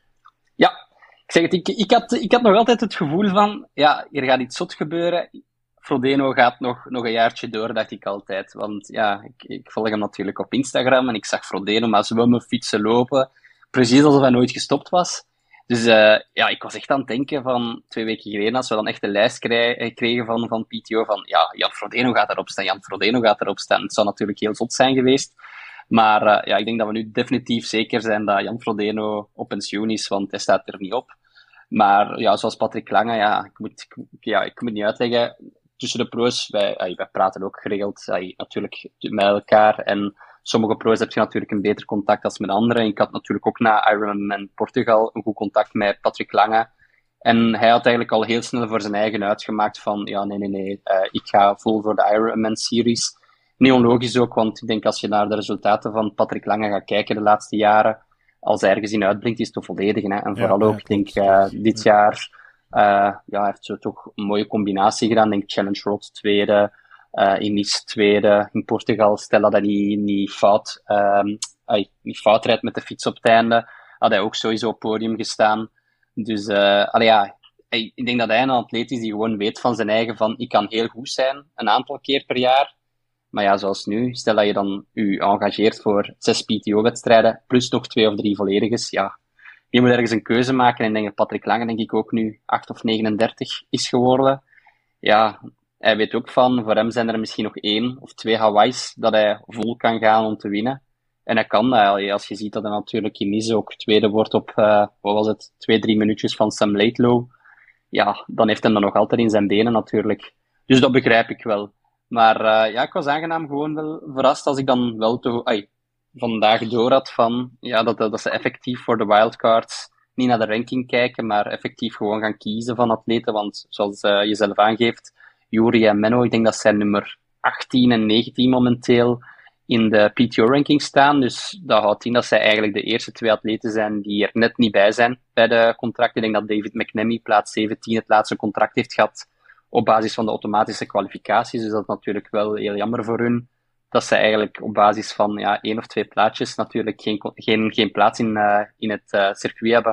Ja, ik zeg het, ik, ik, had, ik had nog altijd het gevoel van, ja, hier gaat iets zot gebeuren. Frodeno gaat nog, nog een jaartje door, dacht ik altijd. Want ja, ik, ik volg hem natuurlijk op Instagram en ik zag Frodeno maar zwemmen, fietsen, lopen. Precies alsof hij nooit gestopt was. Dus uh, ja, ik was echt aan het denken van twee weken geleden, als we dan echt een lijst kregen, kregen van, van P T O, van ja, Jan Frodeno gaat erop staan, Jan Frodeno gaat erop staan. Het zou natuurlijk heel zot zijn geweest. Maar uh, ja, ik denk dat we nu definitief zeker zijn dat Jan Frodeno op pensioen is, want hij staat er niet op. Maar ja, zoals Patrick Lange, ja, ik moet, ik, ja, ik moet niet uitleggen. Tussen de pro's, wij, wij praten ook geregeld natuurlijk met elkaar. En sommige pro's heb je natuurlijk een beter contact als met anderen. Ik had natuurlijk ook na Ironman Portugal een goed contact met Patrick Lange. En hij had eigenlijk al heel snel voor zijn eigen uitgemaakt van, ja, nee, nee, nee, uh, ik ga vol voor de Ironman series. Niet onlogisch ook, want ik denk als je naar de resultaten van Patrick Lange gaat kijken de laatste jaren, als hij ergens in uitblinkt, is het te volledigen. Hè? En ja, vooral ook, ik denk, uh, dit ja. jaar, uh, ja, hij heeft zo toch een mooie combinatie gedaan. Ik denk Challenge Road tweede, uh, in Nice tweede, in Portugal, stel dat hij niet, niet, fout, um, uh, niet fout rijdt met de fiets op het einde, had hij ook sowieso op het podium gestaan. Dus, uh, allee, ja, ik denk dat hij een atleet is die gewoon weet van zijn eigen van, ik kan heel goed zijn, een aantal keer per jaar. Maar ja, zoals nu, stel dat je dan je engageert voor zes P T O-wedstrijden, plus nog twee of drie vollediges, ja. Je moet ergens een keuze maken. En denk dat Patrick Lange, denk ik, ook nu acht of negenendertig is geworden. Ja, hij weet ook van, voor hem zijn er misschien nog één of twee Hawaii's dat hij vol kan gaan om te winnen. En hij kan dat. Als je ziet dat hij natuurlijk in Nice ook tweede wordt op, uh, wat was het, twee, drie minuutjes van Sam Laidlow. Ja, dan heeft hij dat nog altijd in zijn benen natuurlijk. Dus dat begrijp ik wel. Maar uh, ja, ik was aangenaam gewoon wel verrast als ik dan wel te, ay, vandaag door had van, ja, dat, dat ze effectief voor de wildcards niet naar de ranking kijken, maar effectief gewoon gaan kiezen van atleten. Want zoals uh, je zelf aangeeft, Yuri en Menno, ik denk dat zij nummer achttien en negentien momenteel in de P T O-ranking staan. Dus dat houdt in dat zij eigenlijk de eerste twee atleten zijn die er net niet bij zijn bij de contracten. Ik denk dat David McNamee, plaats zeventien, het laatste contract heeft gehad op basis van de automatische kwalificaties. Dus dat is natuurlijk wel heel jammer voor hun. Dat ze eigenlijk op basis van ja, één of twee plaatjes natuurlijk geen, geen, geen plaats in, uh, in het uh, circuit hebben.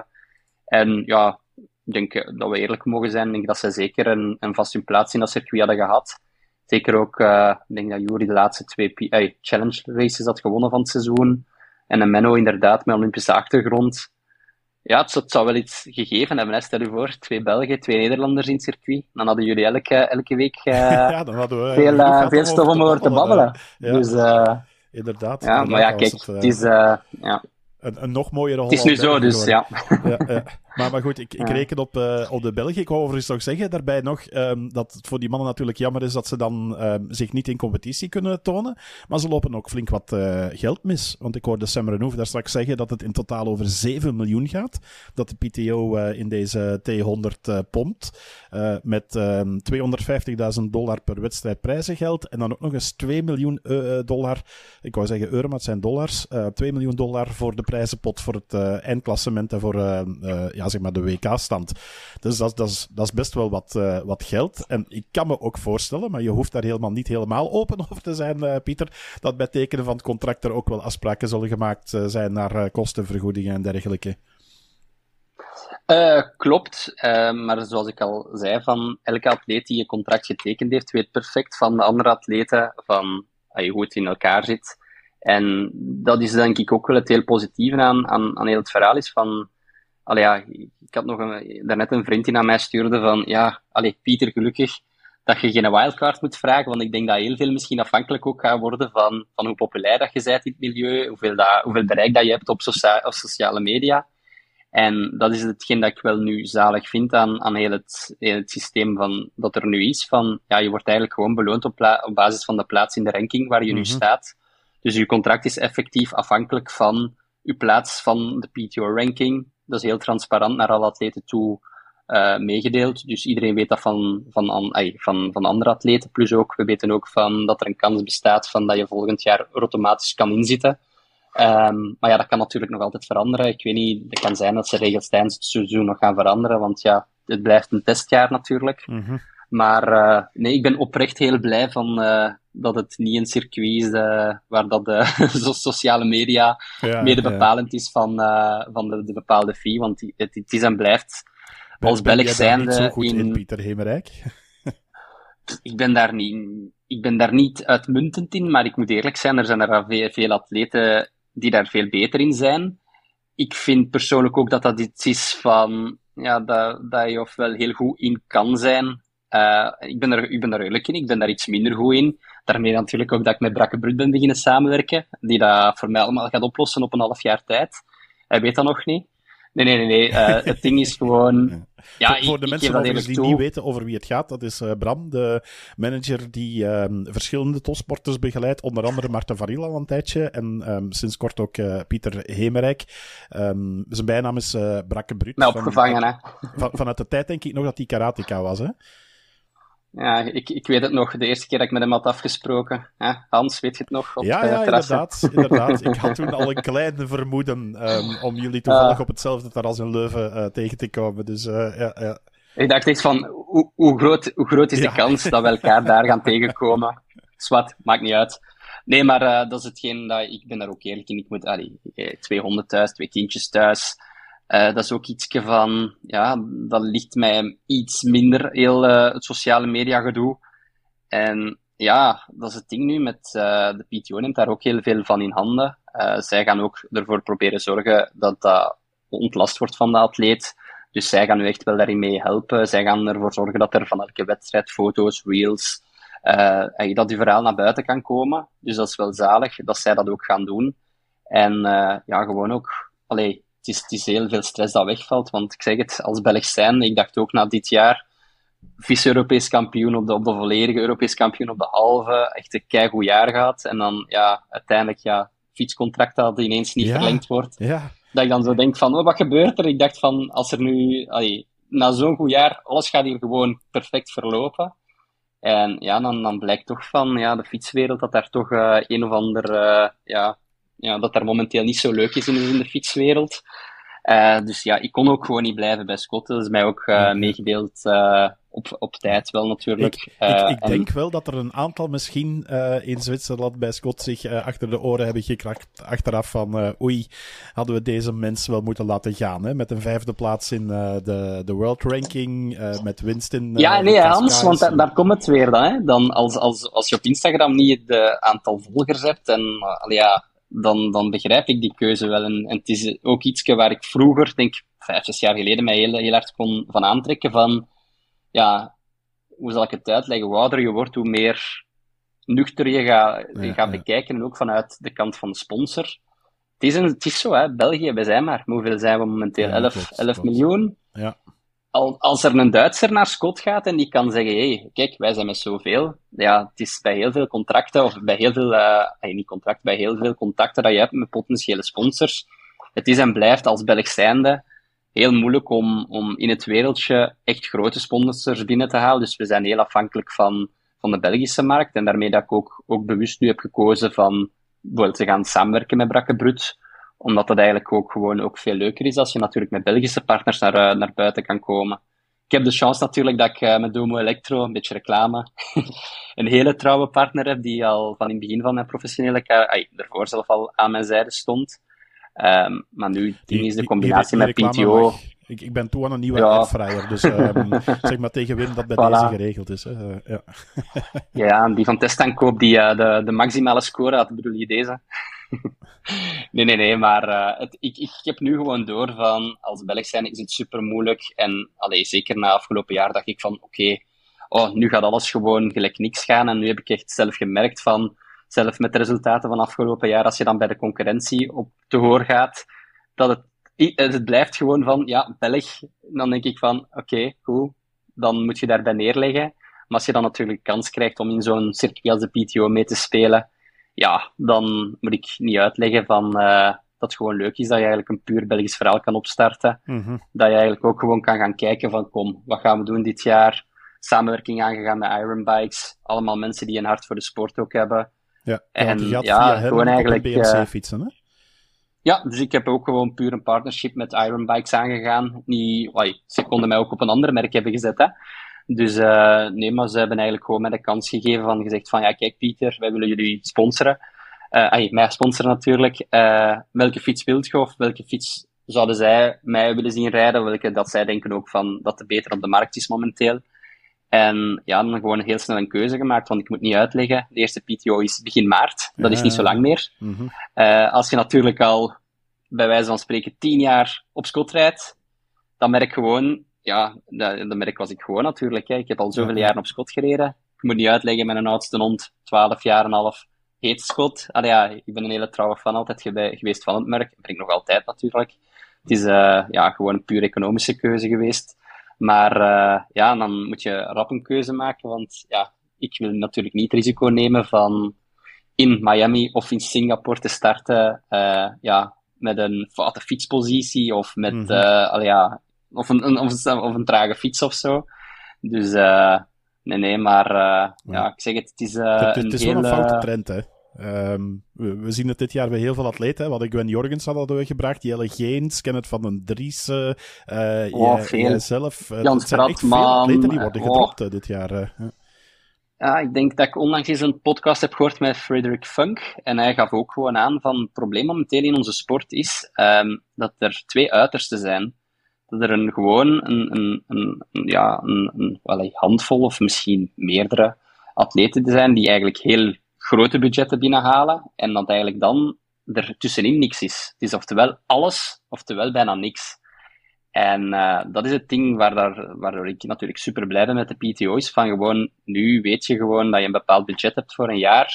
En ja, ik denk dat we eerlijk mogen zijn. Ik denk dat ze zeker een, een vaste plaats in dat circuit hadden gehad. Zeker ook, uh, ik denk dat Yuri de laatste twee P- uh, challenge races had gewonnen van het seizoen. En een Menno inderdaad met Olympische achtergrond. Ja, het zou, het zou wel iets gegeven hebben. Hè. Stel je voor, twee Belgen, twee Nederlanders in het circuit. Dan hadden jullie elke, elke week uh, ja, dan hadden we, veel, uh, veel stof om over te babbelen. Ja, dus, uh, inderdaad. Ja, inderdaad, maar ja, kijk, het, uh, het is... Uh, ja. Een, een nog mooiere Holland. Het is nu zo, dus ja. ja, ja. Maar, maar goed, ik, ik reken op, uh, op de Belgen. Ik wou overigens nog zeggen daarbij nog um, dat het voor die mannen natuurlijk jammer is dat ze dan um, zich niet in competitie kunnen tonen. Maar ze lopen ook flink wat uh, geld mis. Want ik hoorde Sam Renouf daar straks zeggen dat het in totaal over zeven miljoen gaat. Dat de P T O uh, in deze T honderd uh, pompt. Uh, met um, tweehonderdvijftigduizend dollar per wedstrijd prijzengeld. En dan ook nog eens twee miljoen uh, dollar. Ik wou zeggen euro, maar het zijn dollars. Uh, twee miljoen dollar voor de prijzenpot voor het uh, eindklassement en voor uh, uh, ja, zeg maar de W K-stand. Dus dat, dat, is, dat is best wel wat, uh, wat geld. En ik kan me ook voorstellen, maar je hoeft daar helemaal niet helemaal open over te zijn, uh, Pieter, dat bij tekenen van het contract er ook wel afspraken zullen gemaakt uh, zijn naar uh, kostenvergoedingen en dergelijke. Uh, klopt, uh, maar zoals ik al zei, van elke atleet die een contract getekend heeft, weet perfect van de andere atleten van uh, hoe het in elkaar zit. En dat is denk ik ook wel het heel positieve aan, aan, aan heel het verhaal is van, allee, ja, ik had nog een, daarnet een vriend die aan mij stuurde van, ja, allee, Pieter, gelukkig dat je geen wildcard moet vragen, want ik denk dat heel veel misschien afhankelijk ook gaat worden van, van hoe populair dat je bent in het milieu, hoeveel, dat, hoeveel bereik dat je hebt op, socia- op sociale media. En dat is hetgeen dat ik wel nu zalig vind aan, aan heel, het, heel het systeem van, dat er nu is, van, ja, je wordt eigenlijk gewoon beloond op, pla- op basis van de plaats in de ranking waar je mm-hmm. nu staat. Dus je contract is effectief afhankelijk van je plaats van de P T O-ranking. Dat is heel transparant naar alle atleten toe uh, meegedeeld. Dus iedereen weet dat van, van, an, ay, van, van andere atleten. Plus ook, we weten ook van dat er een kans bestaat van dat je volgend jaar er automatisch kan inzitten. Um, maar ja, dat kan natuurlijk nog altijd veranderen. Ik weet niet, het kan zijn dat ze regels tijdens het seizoen nog gaan veranderen. Want ja, het blijft een testjaar natuurlijk. Mm-hmm. Maar uh, nee, ik ben oprecht heel blij van uh, dat het niet een circuit is uh, waar dat de sociale media ja, mede bepalend ja. is van, uh, van de, de bepaalde fee. Want het, het is en blijft ben, als Belg zijnde... Ben jij daar niet zo goed in, in Pieter Hemerijk? ik, ben daar niet, ik ben daar niet uitmuntend in, maar ik moet eerlijk zijn, er zijn er veel, veel atleten die daar veel beter in zijn. Ik vind persoonlijk ook dat dat iets is van... Ja, dat, dat je ofwel heel goed in kan zijn... Uh, ik, ben er, ik ben er redelijk in, ik ben daar iets minder goed in. Daarmee natuurlijk ook dat ik met Brakke Brut ben beginnen samenwerken, die dat voor mij allemaal gaat oplossen op een half jaar tijd. Hij weet dat nog niet. Nee, nee, nee, nee. Uh, het ding is gewoon... Ja, voor, voor ik, de ik mensen die toe. niet weten over wie het gaat, dat is uh, Bram, de manager die um, verschillende topsporters begeleidt, onder andere Marten Varil al een tijdje en um, sinds kort ook uh, Pieter Hemerijk. Um, zijn bijnaam is uh, Brakke Brut. Nou, opgevangen, van, hè. Van, vanuit de tijd denk ik nog dat hij karateka was, hè? Ja, ik, ik weet het nog, de eerste keer dat ik met hem had afgesproken. Hè? Hans, weet je het nog? Op ja, ja inderdaad, inderdaad. Ik had toen al een klein vermoeden um, om jullie toevallig uh, op hetzelfde terras in Leuven uh, tegen te komen. Dus, uh, ja, ja. Ik dacht echt van, hoe, hoe, groot, hoe groot is de ja. kans dat we elkaar daar gaan tegenkomen? Zwat, maakt niet uit. Nee, maar uh, dat is hetgeen dat ik ben daar ook eerlijk in. Ik moet, allee, twee honden thuis, twee kindjes thuis. Uh, dat is ook ietsje van, ja, dat ligt mij iets minder, heel uh, het sociale media gedoe. En ja, dat is het ding nu met uh, de P T O neemt daar ook heel veel van in handen. Uh, zij gaan ook ervoor proberen zorgen dat dat ontlast wordt van de atleet. Dus zij gaan nu echt wel daarin mee helpen. Zij gaan ervoor zorgen dat er van elke wedstrijd foto's, reels, uh, dat die verhaal naar buiten kan komen. Dus dat is wel zalig dat zij dat ook gaan doen. En uh, ja, gewoon ook, allee, het is, het is heel veel stress dat wegvalt, want ik zeg het, als Belg zijn, ik dacht ook na dit jaar, vice-Europees kampioen op de, op de volledige, Europees kampioen op de halve, echt een keigoed jaar gehad. En dan, ja, uiteindelijk, ja, fietscontract dat ineens niet ja, verlengd wordt. Ja. Dat ik dan zo denk van, oh, wat gebeurt er? Ik dacht van, als er nu, allee, na zo'n goed jaar, alles gaat hier gewoon perfect verlopen. En ja, dan, dan blijkt toch van, ja, de fietswereld, dat daar toch uh, een of ander, uh, ja, ja, dat daar momenteel niet zo leuk is in, in de fietswereld. Uh, dus ja, ik kon ook gewoon niet blijven bij Scott. Dat is mij ook uh, ja, meegedeeld uh, op, op tijd wel natuurlijk. Ik, uh, ik, ik en... denk wel dat er een aantal misschien uh, in Zwitserland bij Scott zich uh, achter de oren hebben gekrakt. Achteraf van uh, oei, hadden we deze mens wel moeten laten gaan. Hè? Met een vijfde plaats in uh, de, de World Ranking, uh, met winst in... Uh, ja, nee Hans, want da- daar komt het weer dan. Hè? dan als, als, als je op Instagram niet het aantal volgers hebt en uh, ja... Dan, dan begrijp ik die keuze wel. En, en het is ook iets waar ik vroeger, denk vijf, zes jaar geleden, mij heel, heel hard kon van aantrekken van, ja, hoe zal ik het uitleggen? Hoe ouder je wordt, hoe meer nuchter je gaat ja, ga bekijken. En ook vanuit de kant van de sponsor. Het is, een, het is zo, hè. België, wij zijn maar, hoeveel zijn we momenteel? Ja, elf miljoen? Ja. Als er een Duitser naar Scott gaat en die kan zeggen, hé, hey, kijk, wij zijn met zoveel. Ja, het is bij heel veel contracten, of bij heel veel, uh, niet contract, bij heel veel contacten dat je hebt met potentiële sponsors. Het is en blijft als Belg zijnde heel moeilijk om, om in het wereldje echt grote sponsors binnen te halen. Dus we zijn heel afhankelijk van, van de Belgische markt. En daarmee dat ik ook, ook bewust nu heb gekozen van bijvoorbeeld te gaan samenwerken met Brackebrut, omdat dat eigenlijk ook gewoon ook veel leuker is als je natuurlijk met Belgische partners naar, uh, naar buiten kan komen. Ik heb de chance natuurlijk dat ik uh, met Domo Electro, een beetje reclame, een hele trouwe partner heb die al van in het begin van mijn professionele carrière, daarvoor zelf al aan mijn zijde stond. Um, maar nu die, is de combinatie die, die, die met P T O... Ik, ik ben toe aan een nieuwe ja. airfryer, dus um, zeg maar tegen Wim dat bij voilà. deze geregeld is. Hè. Uh, ja. ja, die van Testaankoop die uh, de, de maximale score had, bedoel je deze? nee, nee, nee, maar uh, het, ik, ik heb nu gewoon door van, als Belg zijn is het super moeilijk. En allee, zeker na afgelopen jaar dacht ik van, oké, okay, oh, nu gaat alles gewoon gelijk niks gaan. En nu heb ik echt zelf gemerkt van, zelf met de resultaten van afgelopen jaar, als je dan bij de concurrentie op te hoor gaat, dat het, het blijft gewoon van, ja, Belg. Dan denk ik van, oké, okay, goed, dan moet je daarbij neerleggen. Maar als je dan natuurlijk de kans krijgt om in zo'n circuit als de P T O mee te spelen, ja, dan moet ik niet uitleggen van, uh, dat het gewoon leuk is dat je eigenlijk een puur Belgisch verhaal kan opstarten. Mm-hmm. Dat je eigenlijk ook gewoon kan gaan kijken van, kom, wat gaan we doen dit jaar? Samenwerking aangegaan met Ironbikes. Allemaal mensen die een hart voor de sport ook hebben. Ja, en die gaat ja, via hen gewoon eigenlijk op een B M C fietsen, hè? Ja, dus ik heb ook gewoon puur een partnership met Ironbikes aangegaan. Niet, wai, ze konden mij ook op een ander merk hebben gezet, hè. Dus uh, nee, maar ze hebben eigenlijk gewoon mij de kans gegeven van gezegd van, ja, kijk Pieter, wij willen jullie sponsoren. Uh, ay, mij sponsoren natuurlijk. Uh, welke fiets wilt je, of welke fiets zouden zij mij willen zien rijden, welke dat zij denken ook van, dat het beter op de markt is momenteel. En ja, dan gewoon heel snel een keuze gemaakt, want ik moet niet uitleggen. De eerste P T O is begin maart, dat is niet zo lang meer. Mm-hmm. Uh, als je natuurlijk al, bij wijze van spreken, tien jaar op Scott rijdt, dan merk gewoon, ja, dat, dat merk was ik gewoon natuurlijk. Hè. Ik heb al zoveel ja. jaren op Scott gereden. Ik moet niet uitleggen, mijn oudste hond, twaalf jaar en half, heet Scott. Allee, ja, ik ben een hele trouwe fan altijd geweest van het merk. Dat ben ik nog altijd natuurlijk. Het is uh, ja, gewoon een puur economische keuze geweest. Maar uh, ja, dan moet je rap een keuze maken, want ja, ik wil natuurlijk niet het risico nemen van in Miami of in Singapore te starten, uh, ja, met een foute fietspositie of met, mm-hmm. uh, allee, ja, of een, een, of, een, of een trage fiets of zo. Dus uh, nee, nee, maar uh, ja. ja, ik zeg het, het is uh, het, het, een is hele... wel een foute trend, hè. Um, we, we zien het dit jaar bij heel veel atleten. Hè. We hadden Gwen Jorgens hadden we gebracht, Jelle Geens, Kenneth van den Dries, uh, oh, jij, jijzelf. Uh, Jan het zijn echt veel atleten die worden gedropt oh. dit jaar. Uh. Ja, ik denk dat ik onlangs eens een podcast heb gehoord met Frederick Funk. En hij gaf ook gewoon aan van het probleem momenteel in onze sport is um, dat er twee uitersten zijn. Dat er een, gewoon een, een, een, een, ja, een, een wel, handvol of misschien meerdere atleten zijn die eigenlijk heel grote budgetten binnenhalen en dat eigenlijk dan er tussenin niks is. Het is oftewel alles, oftewel bijna niks. En uh, dat is het ding waar daar, waardoor ik natuurlijk super blij ben met de P T O's, van gewoon, nu weet je gewoon dat je een bepaald budget hebt voor een jaar,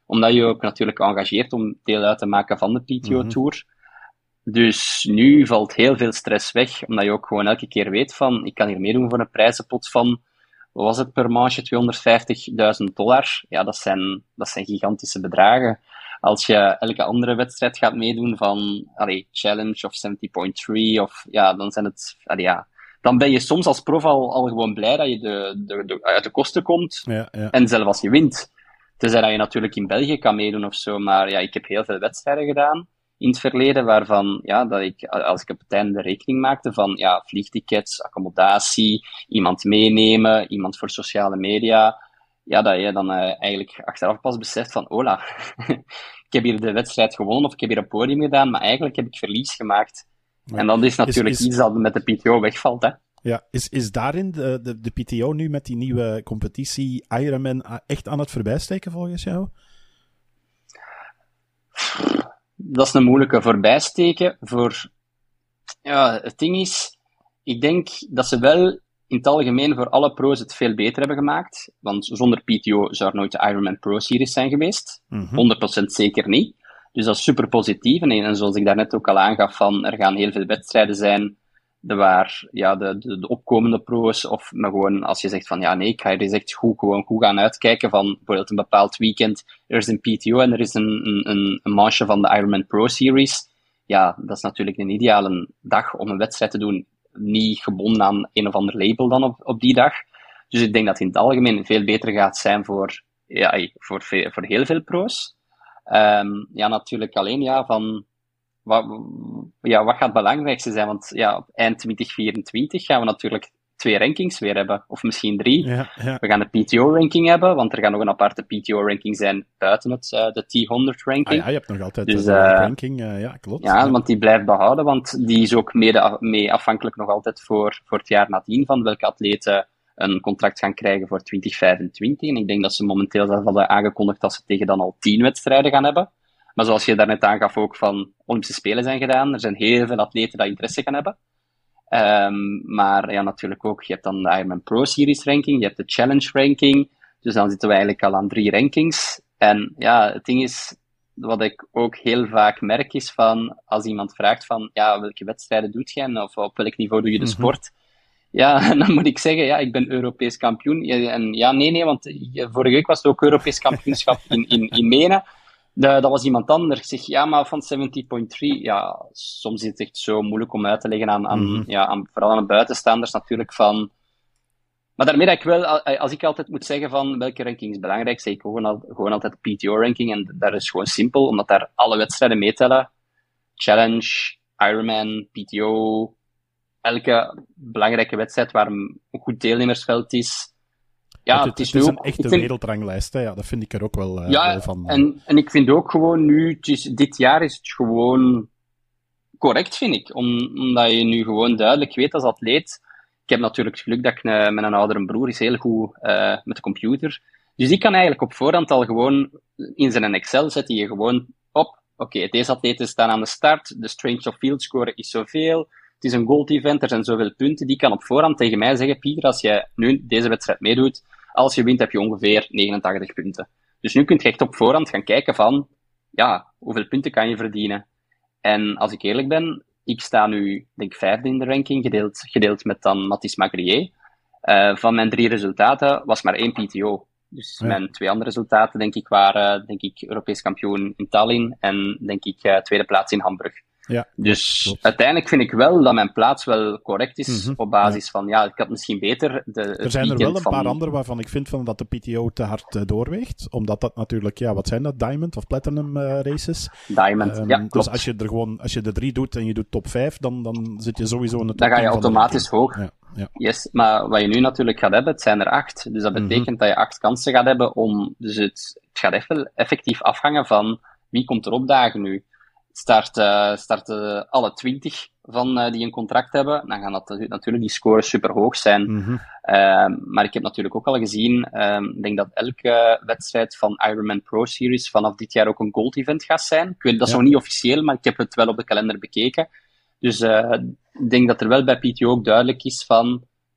Omdat je ook natuurlijk engageert om deel uit te maken van de P T O-tour. Mhm. Dus nu valt heel veel stress weg, omdat je ook gewoon elke keer weet van, ik kan hier meedoen voor een prijzenpot van, wat was het per manche, tweehonderdvijftigduizend dollar. Ja, dat zijn, dat zijn gigantische bedragen. Als je elke andere wedstrijd gaat meedoen van, allee, Challenge of zeventig point drie, of, ja, dan zijn het, allee, ja, dan ben je soms als prof al, al gewoon blij dat je de, de, de, uit de kosten komt. Ja, ja. En zelfs als je wint. Tenzij dat je natuurlijk in België kan meedoen of zo, maar ja, ik heb heel veel wedstrijden gedaan in het verleden, waarvan, ja, dat ik, als ik op het einde rekening maakte van, ja, vliegtickets, accommodatie, iemand meenemen, iemand voor sociale media, ja, dat je dan uh, eigenlijk achteraf pas beseft van, hola, ik heb hier de wedstrijd gewonnen, of ik heb hier een podium gedaan, maar eigenlijk heb ik verlies gemaakt. Ja. En dat is natuurlijk is, is... iets dat met de P T O wegvalt, hè. Ja, is, is daarin de, de, de P T O nu met die nieuwe competitie Ironman echt aan het voorbijsteken volgens jou? Dat is een moeilijke voorbijsteken. Voor... Ja, het ding is, ik denk dat ze wel in het algemeen voor alle pro's het veel beter hebben gemaakt. Want zonder P T O zou er nooit de Ironman Pro Series zijn geweest. Mm-hmm. honderd procent zeker niet. Dus dat is super positief. En, en zoals ik daarnet ook al aangaf, van, er gaan heel veel wedstrijden zijn de waar ja, de, de, de opkomende pro's, of maar gewoon als je zegt van ja nee, ik ga er eens echt goed, gewoon goed gaan uitkijken van bijvoorbeeld een bepaald weekend, er is een P T O en er is een, een, een manche van de Ironman Pro Series. Ja, dat is natuurlijk een ideale dag om een wedstrijd te doen, niet gebonden aan een of ander label dan op, op die dag. Dus ik denk dat het in het algemeen veel beter gaat zijn voor, ja, voor, voor heel veel pro's. Um, ja, natuurlijk alleen ja, van Wat, ja, wat gaat het belangrijkste zijn? Want ja, op eind twintig vierentwintig gaan we natuurlijk twee rankings weer hebben. Of misschien drie. Ja, ja. We gaan de P T O-ranking hebben, want er gaat nog een aparte P T O-ranking zijn buiten het, uh, de T honderd-ranking. Ah, ja, je hebt nog altijd dus, de uh, ranking. Uh, ja, klopt. Ja, ja, want die blijft behouden, want die is ook mee, mee afhankelijk nog altijd voor, voor het jaar nadien van welke atleten een contract gaan krijgen voor twintig vijfentwintig. En ik denk dat ze momenteel zelf hadden aangekondigd dat ze tegen dan al tien wedstrijden gaan hebben. Maar zoals je daarnet aangaf ook van Olympische Spelen zijn gedaan. Er zijn heel veel atleten die interesse gaan hebben. Um, maar ja, natuurlijk ook, je hebt dan de Ironman Pro Series ranking, je hebt de Challenge ranking. Dus dan zitten we eigenlijk al aan drie rankings. En ja, het ding is, wat ik ook heel vaak merk is van, als iemand vraagt van, ja, welke wedstrijden doet jij? Of op welk niveau doe je de Mm-hmm. sport? Ja, dan moet ik zeggen, ja, ik ben Europees kampioen. En ja, nee, nee, want vorige week was het ook Europees kampioenschap in, in, in Menen. De, dat was iemand anders. Ik zeg, ja, maar van zeventig point drie, ja, soms is het echt zo moeilijk om uit te leggen aan, aan, Mm-hmm. ja, aan vooral aan de buitenstaanders natuurlijk van... Maar daarmee dat ik wel, als ik altijd moet zeggen van welke ranking is belangrijk, zeg ik gewoon, al, gewoon altijd P T O-ranking. En dat is gewoon simpel, omdat daar alle wedstrijden meetellen. Challenge, Ironman, P T O, elke belangrijke wedstrijd waar een goed deelnemersveld is. Ja, het, het, het is, is nu een ook, echte vind, wereldranglijst, hè? Ja, dat vind ik er ook wel, uh, ja, wel van. En, en ik vind ook gewoon nu, het is, dit jaar is het gewoon correct, vind ik. Om, omdat je nu gewoon duidelijk weet als atleet. Ik heb natuurlijk het geluk dat ik uh, met een oudere broer is heel goed uh, met de computer. Dus die kan eigenlijk op voorhand al gewoon in zijn Excel zetten je gewoon op. Oké, okay, deze atleten staan aan de start. De strength of field score is zoveel. Het is een gold event, er zijn zoveel punten. Die kan op voorhand tegen mij zeggen, Pieter, als je nu deze wedstrijd meedoet, als je wint heb je ongeveer negenentachtig punten. Dus nu kun je echt op voorhand gaan kijken van, ja, hoeveel punten kan je verdienen? En als ik eerlijk ben, ik sta nu, denk ik, vijfde in de ranking, gedeeld, gedeeld met dan Mathis Magrier. Uh, van mijn drie resultaten was maar één P T O. Dus ja. Mijn twee andere resultaten, denk ik, waren, denk ik, Europees kampioen in Tallinn en, denk ik, uh, tweede plaats in Hamburg. Ja, dus klopt. Uiteindelijk vind ik wel dat mijn plaats wel correct is, mm-hmm. op basis ja. van, ja, ik had misschien beter de, Er zijn er wel een van... paar andere waarvan ik vind van dat de P T O te hard uh, doorweegt, omdat dat natuurlijk, ja, wat zijn dat, Diamond of Platinum uh, races? Diamond, um, ja, klopt. Dus als je er gewoon, als je de drie doet en je doet top vijf, dan, dan zit je sowieso in de top dan ga je automatisch hoog. Ja, ja. Yes, maar wat je nu natuurlijk gaat hebben, het zijn er acht. Dus dat betekent mm-hmm. dat je acht kansen gaat hebben om... Dus het, het gaat even, effectief afhangen van wie komt er opdagen nu. Start, uh, starten alle twintig van uh, die een contract hebben, dan gaan dat natuurlijk die scores super hoog zijn. Mm-hmm. Uh, maar ik heb natuurlijk ook al gezien, ik um, denk dat elke wedstrijd van Ironman Pro Series vanaf dit jaar ook een gold event gaat zijn. Ik weet, dat is ja. nog niet officieel, maar ik heb het wel op de kalender bekeken. Dus uh, ik denk dat er wel bij P T O ook duidelijk is van,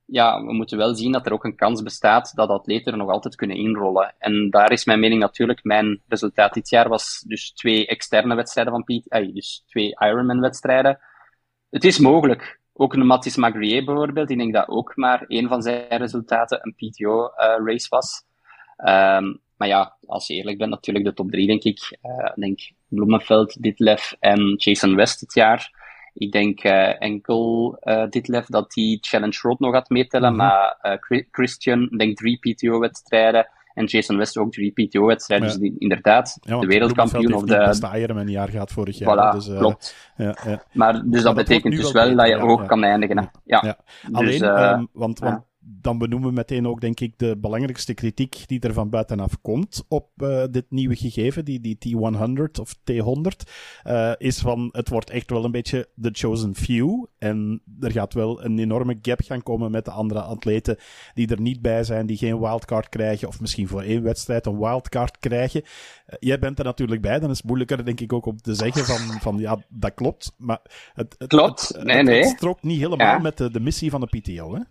ja, we moeten wel zien dat er ook een kans bestaat dat atleten er nog altijd kunnen inrollen. En daar is mijn mening natuurlijk. Mijn resultaat dit jaar was dus twee externe wedstrijden van P T O, dus twee Ironman-wedstrijden. Het is mogelijk. Ook een Mathis Magrier bijvoorbeeld, ik denk dat ook maar één van zijn resultaten een P T O-race uh, was. Um, maar ja, als je eerlijk bent, natuurlijk de top drie, denk ik. Uh, ik denk Bloemenveld, Ditlev en Jason West dit jaar. Ik denk uh, enkel uh, Ditlev dat die Challenge Road nog gaat meetellen, mm-hmm. maar uh, Christian, ik denk drie P T O-wedstrijden. En Jason West ook drie P T O-wedstrijden. Ja. Dus die, inderdaad, ja, de wereldkampioen of de... het beste Ironman-jaar gaat vorig jaar. Voilà, dus, uh, klopt. Ja, ja. Maar, dus dat, dat betekent dus wel, wel dat je ja, hoog ja. kan eindigen. Ja. Ja. Ja. Alleen, dus, uh, um, want, want ja. dan benoemen we meteen ook, denk ik, de belangrijkste kritiek die er van buitenaf komt op uh, dit nieuwe gegeven, die, die T honderd of T honderd, uh, is van, het wordt echt wel een beetje the chosen few. En er gaat wel een enorme gap gaan komen met de andere atleten die er niet bij zijn, die geen wildcard krijgen, of misschien voor één wedstrijd een wildcard krijgen. Uh, jij bent er natuurlijk bij, dan is het moeilijker, denk ik, ook om te zeggen van, van ja, dat klopt. Maar het, het, klopt. het, nee, het, nee. het strookt niet helemaal ja. met de, de missie van de P T O, hè?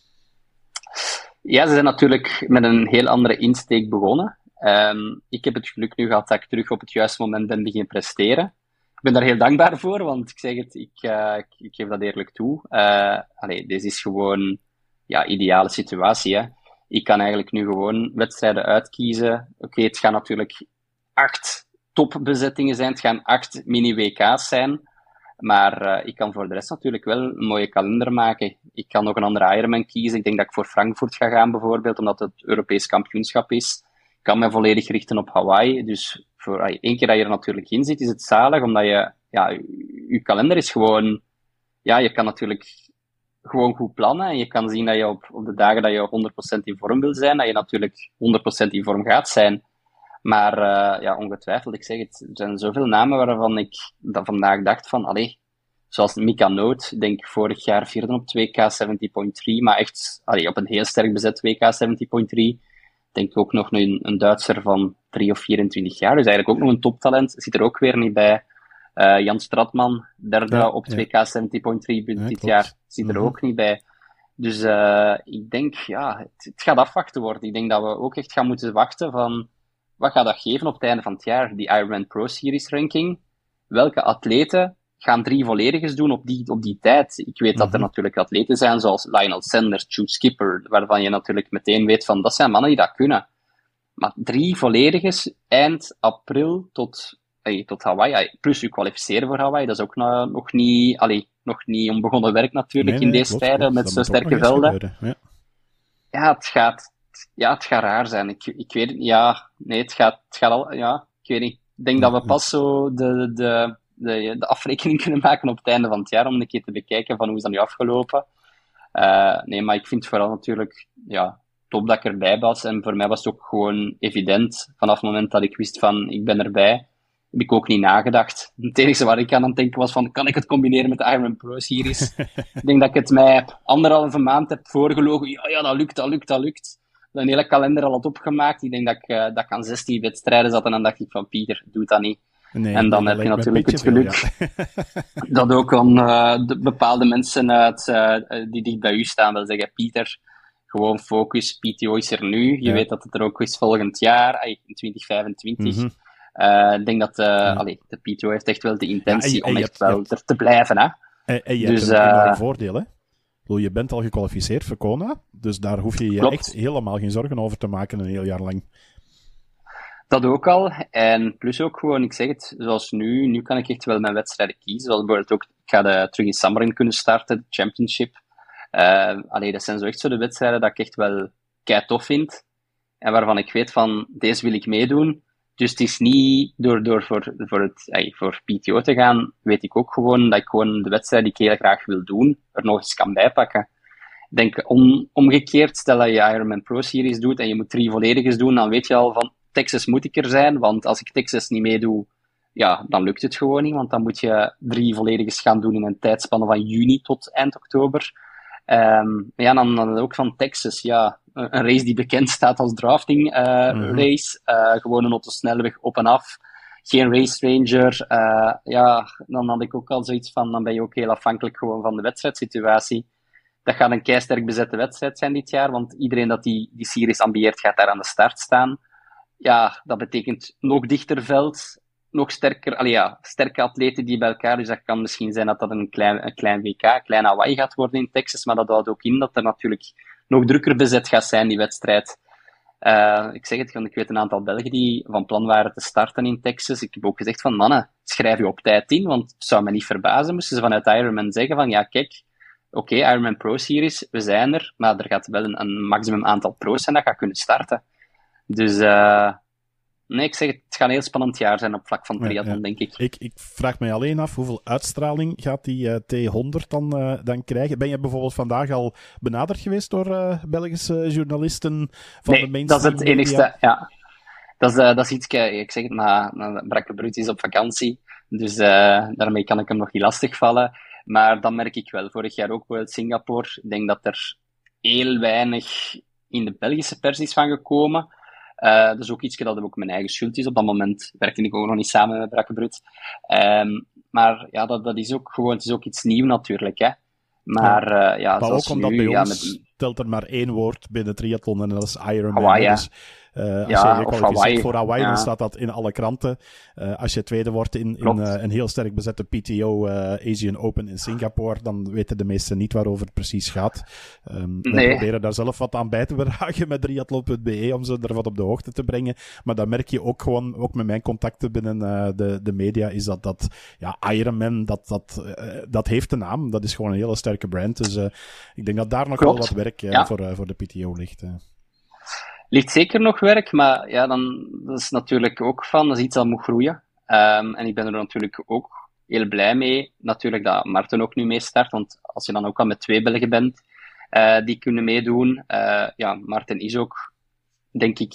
Ja, ze zijn natuurlijk met een heel andere insteek begonnen. Um, ik heb het geluk nu gehad dat ik terug op het juiste moment ben beginnen presteren. Ik ben daar heel dankbaar voor, want ik zeg het, ik, uh, ik, ik geef dat eerlijk toe. Uh, allee, dit is gewoon ja, ideale situatie. Hè. Ik kan eigenlijk nu gewoon wedstrijden uitkiezen. Oké, okay, het gaan natuurlijk acht topbezettingen zijn, het gaan acht mini-W K's zijn. Maar uh, ik kan voor de rest natuurlijk wel een mooie kalender maken. Ik kan nog een andere Ironman kiezen. Ik denk dat ik voor Frankfurt ga gaan bijvoorbeeld, omdat het Europees kampioenschap is. Ik kan mij volledig richten op Hawaii. Dus voor uh, één keer dat je er natuurlijk in zit, is het zalig, omdat je, ja, je, je kalender is gewoon, ja, je kan natuurlijk gewoon goed plannen. En je kan zien dat je op, op de dagen dat je honderd procent in vorm wil zijn, dat je natuurlijk honderd procent in vorm gaat zijn. Maar uh, ja, ongetwijfeld, ik zeg het, er zijn zoveel namen waarvan ik dat vandaag dacht van, allee, zoals Mika Noot, denk vorig jaar vierde op twee K zeventig komma drie, maar echt, allee, op een heel sterk bezet twee K zeventig komma drie. Denk ook nog een, een Duitser van drie of vierentwintig jaar, dus eigenlijk ook nog een toptalent, zit er ook weer niet bij. Uh, Jan Stratman, derde ja, op twee K zeventig komma drie ja, dit klopt. jaar, zit er mm-hmm. ook niet bij. Dus uh, ik denk, ja, het, het gaat afwachten worden. Ik denk dat we ook echt gaan moeten wachten van, wat gaat dat geven op het einde van het jaar, die Ironman Pro Series ranking? Welke atleten gaan drie vollediges doen op die, op die tijd? Ik weet mm-hmm. dat er natuurlijk atleten zijn zoals Lionel Sanders, Jude Skipper, waarvan je natuurlijk meteen weet van, dat zijn mannen die dat kunnen. Maar drie vollediges eind april tot, hey, tot Hawaii, plus je kwalificeren voor Hawaii, dat is ook nou, nog niet, allee, nog niet onbegonnen werk natuurlijk nee, in nee, deze klopt, tijden, klopt. met zo'n sterke velden. Ja. ja, het gaat... Ja, het gaat raar zijn. Ik, ik weet het ja, nee, het gaat, het gaat al, ja, ik weet niet. Ik denk dat we pas zo de, de, de, de afrekening kunnen maken op het einde van het jaar, om een keer te bekijken van hoe is dat nu afgelopen. Uh, nee, maar ik vind het vooral natuurlijk, ja, top dat ik erbij was. En voor mij was het ook gewoon evident, vanaf het moment dat ik wist van, ik ben erbij, heb ik ook niet nagedacht. Het enige waar ik aan aan het denken was van, kan ik het combineren met de Ironman Pro Series? Ik denk dat ik het mij anderhalve maand heb voorgelogen. Ja, ja, dat lukt, dat lukt, dat lukt. Een hele kalender al had opgemaakt. Ik denk dat ik, uh, dat ik aan zestien wedstrijden zat en dan dacht ik van, Pieter, doe dat niet. Nee, en dan nee, heb je natuurlijk het geluk veel, ja. dat ook aan uh, de bepaalde mensen uit, uh, die dicht bij u staan wel zeggen, Pieter, gewoon focus, P T O is er nu. Je ja. weet dat het er ook is volgend jaar, in twintig vijfentwintig. Mm-hmm. Uh, ik denk dat uh, ja. allee, de P T O heeft echt wel de intentie ja, en, en om echt hebt, wel hebt, er te blijven. Hè? En, en je dus, hebt een enorm uh, voordeel, hè? Je bent al gekwalificeerd voor Kona, dus daar hoef je je Klopt. echt helemaal geen zorgen over te maken een heel jaar lang. Dat ook al. En plus ook gewoon, ik zeg het, zoals nu, nu kan ik echt wel mijn wedstrijden kiezen. Zoals bijvoorbeeld ook, ik ga de, terug in Summerlin kunnen starten, de championship. Uh, allee, dat zijn zo echt zo de wedstrijden dat ik echt wel kei tof vind. En waarvan ik weet van, deze wil ik meedoen. Dus het is niet door, door voor, voor, het, ay, voor P T O te gaan, weet ik ook gewoon dat ik gewoon de wedstrijd die ik heel graag wil doen, er nog eens kan bijpakken. Ik denk om, omgekeerd, stel dat je Ironman Pro Series doet en je moet drie vollediges doen, dan weet je al van, Texas moet ik er zijn, want als ik Texas niet meedoe, ja, dan lukt het gewoon niet, want dan moet je drie vollediges gaan doen in een tijdspanne van juni tot eind oktober. Um, ja, dan, dan ook van Texas, ja, een race die bekend staat als drafting uh, mm-hmm. race, uh, gewoon een autosnelweg op en af, geen race ranger, uh, ja, dan had ik ook al zoiets van, dan ben je ook heel afhankelijk gewoon van de wedstrijdsituatie. dat gaat een keisterk bezette wedstrijd zijn dit jaar, want iedereen dat die, die series ambieert, gaat daar aan de start staan. Ja, dat betekent nog dichter veld, nog sterker, allee ja, sterke atleten die bij elkaar, dus dat kan misschien zijn dat dat een klein, een klein W K, een klein Hawaii gaat worden in Texas, maar dat houdt ook in dat er natuurlijk nog drukker bezet gaat zijn, die wedstrijd. Uh, ik zeg het, ik weet een aantal Belgen die van plan waren te starten in Texas. Ik heb ook gezegd van, mannen, schrijf je op tijd in, want het zou me niet verbazen, moesten ze vanuit Ironman zeggen van, ja kijk, oké, okay, Ironman Pro Series, we zijn er, maar er gaat wel een, een maximum aantal pro's zijn dat gaat kunnen starten. Dus, uh, nee, ik zeg het, het gaat een heel spannend jaar zijn op vlak van triathlon, ja, ja. denk ik. ik. Ik vraag mij alleen af, hoeveel uitstraling gaat die uh, T honderd dan, uh, dan krijgen? Ben je bijvoorbeeld vandaag al benaderd geweest door uh, Belgische journalisten van nee, de mainstream dat is het media? enigste, ja. Dat is, uh, dat is iets, ik zeg het, maar uh, Brakke Brut is op vakantie, dus uh, daarmee kan ik hem nog niet lastigvallen. Maar dan merk ik wel, vorig jaar ook wel uit Singapore, ik denk dat er heel weinig in de Belgische pers is van gekomen. Uh, dat is ook iets dat ook mijn eigen schuld is. Op dat moment werkte ik ook nog niet samen met Brakkebrut. Um, maar ja, dat, dat is ook gewoon, het is ook iets nieuws natuurlijk, hè. Maar ja, uh, ja maar ook omdat nu, bij ja, ons met... telt er maar één woord binnen triathlon en dat is Ironman. Hawaii, dus, uh, als ja, je je kwalificeert Hawaii. voor Hawaii, ja. dan staat dat in alle kranten. Uh, als je tweede wordt in, in uh, een heel sterk bezette P T O uh, Asian Open in Singapore, dan weten de meesten niet waarover het precies gaat. Um, nee. We proberen daar zelf wat aan bij te dragen met triathlon punt b e om ze er wat op de hoogte te brengen. Maar dan merk je ook gewoon, ook met mijn contacten binnen uh, de, de media, is dat, dat ja, Ironman, dat, dat, uh, dat heeft een naam. Dat is gewoon een hele sterke brand. Dus uh, ik denk dat daar nog Klopt. wel wat werk uh, ja. voor, uh, voor de P T O ligt. Uh. Ligt zeker nog werk, maar ja, dan, dat is natuurlijk ook van, dat is iets dat moet groeien. Um, en ik ben er natuurlijk ook heel blij mee, natuurlijk dat Maarten ook nu mee start, want als je dan ook al met twee Belgen bent, uh, die kunnen meedoen. Uh, ja, Maarten is ook, denk ik,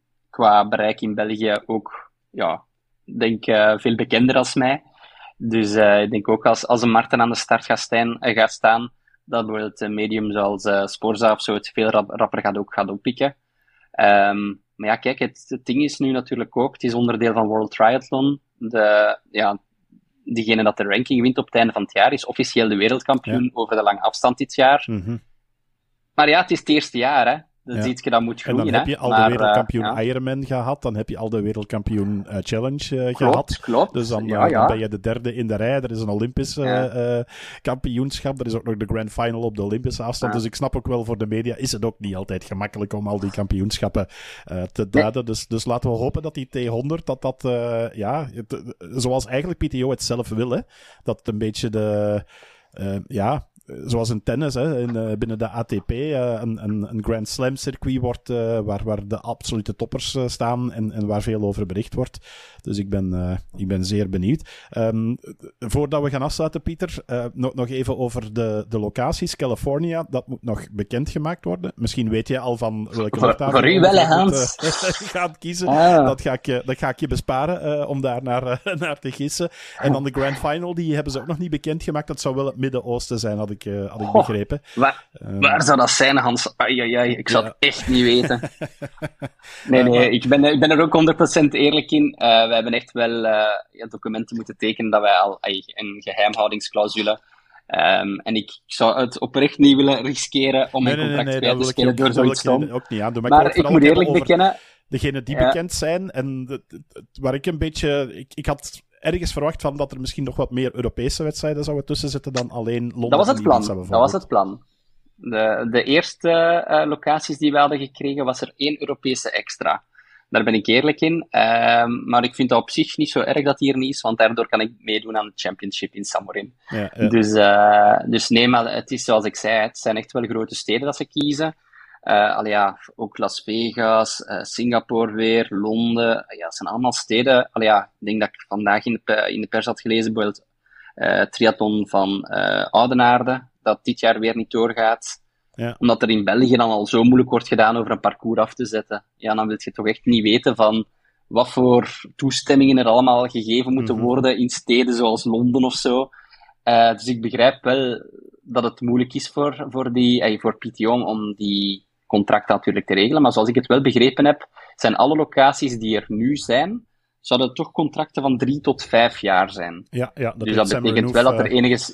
qua bereik in België ook, ja, denk uh, veel bekender als mij. Dus uh, ik denk ook als, als een Maarten aan de start gaat, staan, uh, gaat staan, dat bijvoorbeeld een medium zoals uh, Sporza of zo het veel rap, rapper gaat, ook, gaat oppikken. Um, maar ja, kijk, het, het ding is nu natuurlijk ook, het is onderdeel van World Triathlon. De, ja, diegene dat de ranking wint op het einde van het jaar is officieel de wereldkampioen ja. over de lange afstand dit jaar. Mm-hmm. Maar ja, het is het eerste jaar, hè. Dat is ja. iets dat moet groeien. En dan heb je al maar, de wereldkampioen uh, ja. Ironman gehad, dan heb je al de wereldkampioen uh, Challenge uh, klopt, gehad. Klopt, Dus dan, ja, uh, ja. dan ben je de derde in de rij. Er is een Olympisch uh, ja. uh, kampioenschap. Er is ook nog de grand final op de Olympische afstand. Ja. Dus ik snap ook wel, voor de media is het ook niet altijd gemakkelijk om al die kampioenschappen uh, te duiden. Nee. Dus, dus laten we hopen dat die T honderd, dat dat, uh, ja, het, zoals eigenlijk P T O het zelf wil, hè. Dat het een beetje de, uh, ja... zoals in tennis, hè, in, uh, binnen de A T P, uh, een, een, een Grand Slam circuit wordt, uh, waar, waar de absolute toppers uh, staan en, en waar veel over bericht wordt. Dus ik ben, uh, ik ben zeer benieuwd. Um, voordat we gaan afsluiten, Pieter, uh, nog, nog even over de, de locaties. California, dat moet nog bekendgemaakt worden. Misschien weet je al van welke Voor, voor u wel, Hans. Uh, gaat kiezen. Ah. Dat, ga ik, dat ga ik je besparen uh, om daar naar, uh, naar te gissen. En dan de Grand Final, die hebben ze ook nog niet bekendgemaakt. Dat zou wel het Midden-Oosten zijn, had ik, uh, had ik Goh, begrepen. Waar, um, waar zou dat zijn, Hans? Ai, ai, ai, ik zou ja. het echt niet weten. Nee, nee, ik ben, ik ben er ook honderd procent eerlijk in. Uh, we hebben echt wel uh, ja, documenten moeten tekenen dat wij al ay, een geheimhoudingsclausule. Um, en ik zou het oprecht niet willen riskeren om mijn nee, contract nee, nee, kwijt te spelen door zoiets te doen. Ook niet aan doen. Maar, maar ik, ik moet eerlijk bekennen... Degenen die ja. bekend zijn en de, de, de, waar ik een beetje... Ik, ik had ergens verwacht van dat er misschien nog wat meer Europese wedstrijden zouden tussen zitten dan alleen Londen. Dat was het plan. Dat was het plan. De, de eerste uh, locaties die we hadden gekregen, was er één Europese extra. Daar ben ik eerlijk in. Uh, maar ik vind dat op zich niet zo erg dat die er niet is, want daardoor kan ik meedoen aan de championship in Samorin. Ja, ja. Dus, uh, dus nee, maar het is zoals ik zei, het zijn echt wel grote steden dat ze kiezen. Uh, allee, ja, ook Las Vegas, uh, Singapore weer, Londen. Ja, het zijn allemaal steden. Allee, ja, ik denk dat ik vandaag in de, in de pers had gelezen, bijvoorbeeld uh, triathlon van uh, Oudenaarde, dat dit jaar weer niet doorgaat. Ja. Omdat er in België dan al zo moeilijk wordt gedaan over een parcours af te zetten. Ja, dan wil je toch echt niet weten van wat voor toestemmingen er allemaal gegeven moeten mm-hmm. worden in steden zoals Londen of zo. Uh, dus ik begrijp wel dat het moeilijk is voor, voor, die, eh, voor P T O om die contracten natuurlijk te regelen. Maar zoals ik het wel begrepen heb, zijn alle locaties die er nu zijn, zouden toch contracten van drie tot vijf jaar zijn. Ja, ja, dat dus dat betekent wel dat er enige, ja,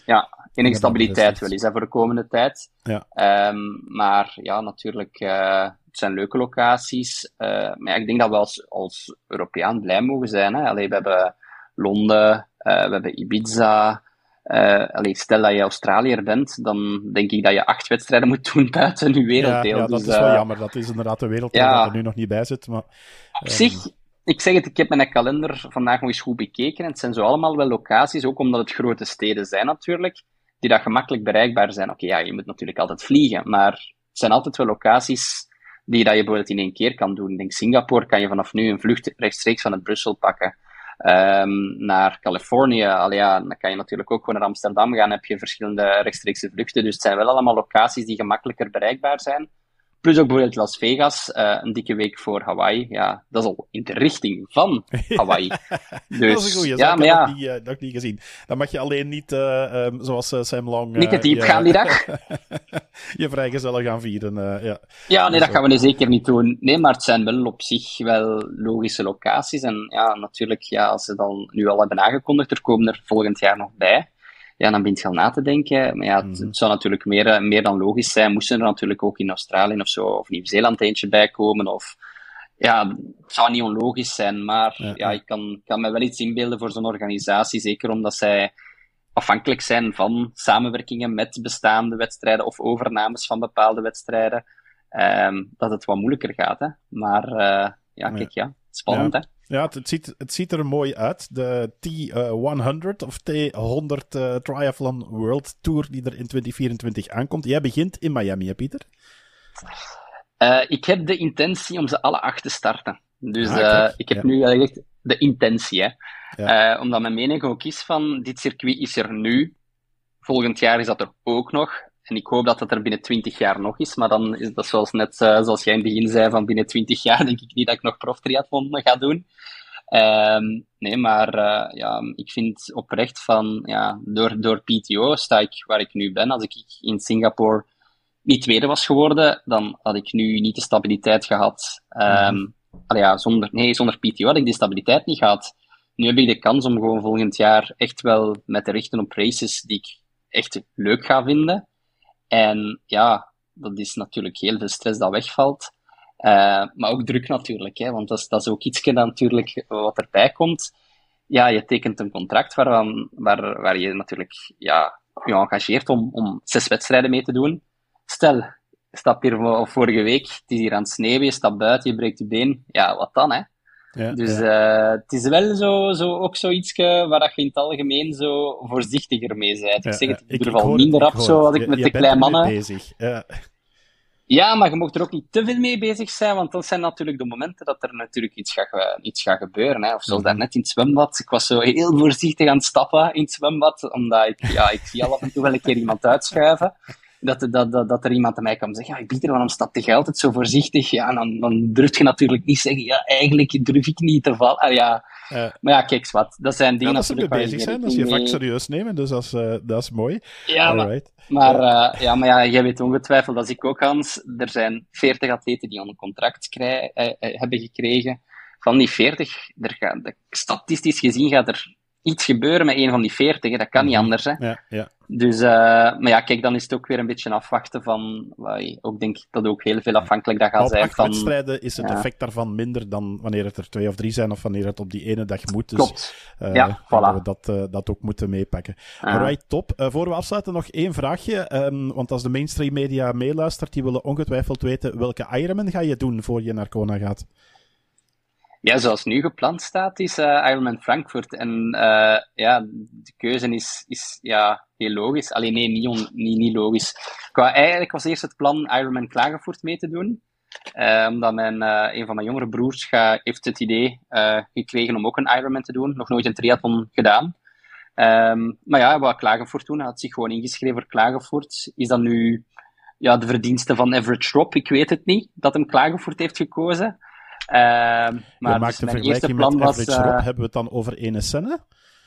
enige stabiliteit wel eens hè, voor de komende tijd. Ja. Um, maar ja, natuurlijk, uh, het zijn leuke locaties. Uh, maar ja, ik denk dat we als, als Europeaan blij mogen zijn. Hè. Allee, we hebben Londen, uh, we hebben Ibiza. Uh, allee, stel dat je Australiër bent, dan denk ik dat je acht wedstrijden moet doen buiten je werelddeel. Ja, ja dat dus, is wel uh, jammer. Dat is inderdaad de werelddeel ja, dat er nu nog niet bij zit. Maar, op um... zich, ik zeg het, ik heb mijn kalender vandaag nog eens goed bekeken. En het zijn zo allemaal wel locaties, ook omdat het grote steden zijn natuurlijk, die dat gemakkelijk bereikbaar zijn. Oké, okay, ja, je moet natuurlijk altijd vliegen, maar het zijn altijd wel locaties die dat je bijvoorbeeld in één keer kan doen. Ik denk Singapore kan je vanaf nu een vlucht rechtstreeks vanuit Brussel pakken. Um, naar Californië, al ja, dan kan je natuurlijk ook gewoon naar Amsterdam gaan, heb je verschillende rechtstreekse vluchten. Dus het zijn wel allemaal locaties die gemakkelijker bereikbaar zijn. Plus ook bijvoorbeeld Las Vegas, uh, een dikke week voor Hawaii. Ja, dat is al in de richting van Hawaii. Dus, dat is een goeie, ja, dat maar heb ja. ik niet, uh, nog niet gezien. Dan mag je alleen niet, uh, um, zoals uh, Sam Long... Uh, niet te diep je, gaan die dag. je vrijgezellen gaan vieren. Uh, ja, ja, nee, dus, dat gaan we nu zeker niet doen. Nee, maar het zijn wel op zich wel logische locaties. En ja, natuurlijk, ja, als ze dan nu al hebben aangekondigd, er komen er volgend jaar nog bij. Ja, dan begint je al na te denken. Maar ja, het, mm-hmm. het zou natuurlijk meer, meer dan logisch zijn. Moesten er natuurlijk ook in Australië of zo, of Nieuw-Zeeland eentje bij komen. Of, ja, het zou niet onlogisch zijn. Maar ja, ja ik kan, kan me wel iets inbeelden voor zo'n organisatie. Zeker omdat zij afhankelijk zijn van samenwerkingen met bestaande wedstrijden of overnames van bepaalde wedstrijden. Um, dat het wat moeilijker gaat. Hè. Maar uh, ja, kijk, ja, spannend ja. hè. Ja, het, het, ziet, het ziet er mooi uit. De T honderd of T honderd uh, Triathlon World Tour die er in twintig vierentwintig aankomt. Jij begint in Miami, hè, Pieter? Uh, ik heb de intentie om ze alle acht te starten. Dus ah, uh, ik heb ja. nu eigenlijk de intentie. Hè. Ja. Uh, omdat mijn mening ook is van, dit circuit is er nu. Volgend jaar is dat er ook nog. En ik hoop dat dat er binnen twintig jaar nog is. Maar dan is dat zoals net, uh, zoals jij in het begin zei, van binnen twintig jaar denk ik niet dat ik nog proftriathlon ga doen. Um, nee, maar uh, ja, ik vind oprecht van, ja, door, door P T O sta ik waar ik nu ben. Als ik in Singapore niet tweede was geworden, dan had ik nu niet de stabiliteit gehad. Um, mm-hmm. allee, ja, zonder, nee, zonder P T O had ik die stabiliteit niet gehad. Nu heb ik de kans om gewoon volgend jaar echt wel met te richten op races die ik echt leuk ga vinden. En ja, dat is natuurlijk heel veel stress dat wegvalt. Uh, maar ook druk natuurlijk, hè, want dat is, dat is ook iets natuurlijk wat erbij komt. Ja, je tekent een contract waar, waar, waar je natuurlijk ja, je engageert om, om zes wedstrijden mee te doen. Stel, je stapt hier vorige week, het is hier aan het sneeuwen, je stapt buiten, je breekt je been. Ja, wat dan, hè? Ja, dus ja. Uh, het is wel zo, zo, ook zoiets waar dat je in het algemeen zo voorzichtiger mee bent. Ja, ik zeg het, ik durf al minder op zo als ik met je, de kleine mannen... Bezig. Ja. Ja, maar je mag er ook niet te veel mee bezig zijn, want dat zijn natuurlijk de momenten dat er natuurlijk iets gaat, iets gaat gebeuren. Hè. Of zoals mm-hmm. daarnet in het zwembad. Ik was zo heel voorzichtig aan het stappen in het zwembad, omdat ik, ja, ik zie al af en toe wel een keer iemand uitschuiven. Dat, dat, dat, dat er iemand aan mij kan zeggen, ja, Pieter, waarom stapt je altijd zo voorzichtig? Ja, en dan, dan durf je natuurlijk niet zeggen, ja, eigenlijk durf ik niet te vallen. Ah, ja. Uh, maar ja, kijk wat, dat zijn dingen ja, dat natuurlijk... Dat ze mee bezig zijn, dat ze je vak serieus nemen, dus dat is, uh, dat is mooi. Ja, maar, maar, uh, ja, maar ja, jij weet ongetwijfeld, als ik ook, Hans, er zijn veertig atleten die een contract krijgen, uh, uh, hebben gekregen. Van die veertig, er gaat, de, statistisch gezien gaat er iets gebeuren met een van die veertig, dat kan niet anders. Hè. Ja, ja. Dus, uh, maar ja, kijk, dan is het ook weer een beetje afwachten van, uh, ook denk ik dat ook heel veel afhankelijk dat gaat op zijn acht van... wedstrijden is het ja. effect daarvan minder dan wanneer het er twee of drie zijn of wanneer het op die ene dag moet. Dus, Klopt. Uh, ja, voilà. Dat we dat, uh, dat ook moeten meepakken. Uh. Alright, top. Uh, voor we afsluiten nog één vraagje, um, want als de mainstream media meeluistert, die willen ongetwijfeld weten welke Ironman ga je doen voor je naar Kona gaat. Ja, zoals nu gepland staat, is uh, Ironman Frankfurt. En uh, ja, de keuze is, is ja, heel logisch. Alleen nee, niet, on, niet, niet logisch. Ik wou, eigenlijk was eerst het plan Ironman Klagenvoort mee te doen. Uh, omdat mijn, uh, een van mijn jongere broers ga, heeft het idee uh, gekregen om ook een Ironman te doen. Nog nooit een triathlon gedaan. Um, maar ja, hij wou Klagenvoort doen. Hij had zich gewoon ingeschreven voor Klagenvoort. Is dat nu ja, de verdienste van Everett Rob? Ik weet het niet, dat hem Klagenvoort heeft gekozen. Uh, maar dus mijn eerste plan met was... Uh, Rob, hebben we het dan over ene scène?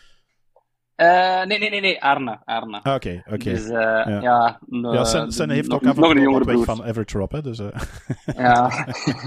Uh, nee, nee, nee, nee, Arne. Arne. Oké, okay, oké. Okay. Dus, uh, ja, ja, uh, ja Sen, Sen heeft ook af en toe op weg van Everett Rob, hè, dus... Uh. Ja.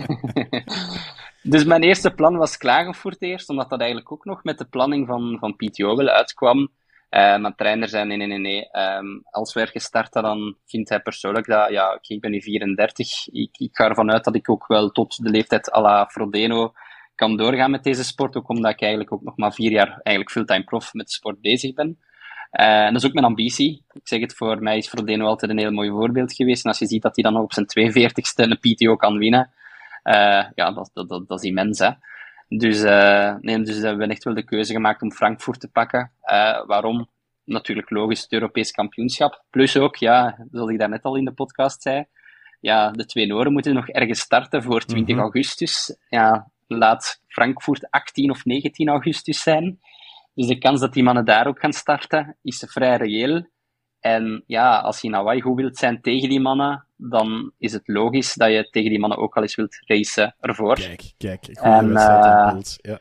Dus mijn eerste plan was Klagenvoort eerst, omdat dat eigenlijk ook nog met de planning van, van P T O wel uitkwam. Uh, maar trainer zei, nee, nee, nee, nee. Um, als we ergens starten, dan vindt hij persoonlijk dat, ja, oké, okay, ik ben nu vierendertig. Ik, ik ga ervan uit dat ik ook wel tot de leeftijd à la Frodeno kan doorgaan met deze sport. Ook omdat ik eigenlijk ook nog maar vier jaar eigenlijk fulltime prof met de sport bezig ben. Uh, en dat is ook mijn ambitie. Ik zeg het, voor mij is Frodeno altijd een heel mooi voorbeeld geweest. En als je ziet dat hij dan op zijn tweeënveertigste een P T O kan winnen, uh, ja, dat, dat, dat, dat is immens, hè. Dus, uh, nee, dus we hebben echt wel de keuze gemaakt om Frankfurt te pakken. Uh, waarom? Natuurlijk logisch het Europees kampioenschap. Plus ook, ja, zoals ik daarnet al in de podcast zei, ja, de twee Noren moeten nog ergens starten voor twintig mm-hmm. augustus. Ja, laat Frankfurt achttien of negentien augustus zijn. Dus de kans dat die mannen daar ook gaan starten, is vrij reëel. En ja, als je in Hawaii goed wilt zijn tegen die mannen, dan is het logisch dat je tegen die mannen ook al eens wilt racen ervoor. Kijk, kijk. En, uh, ja.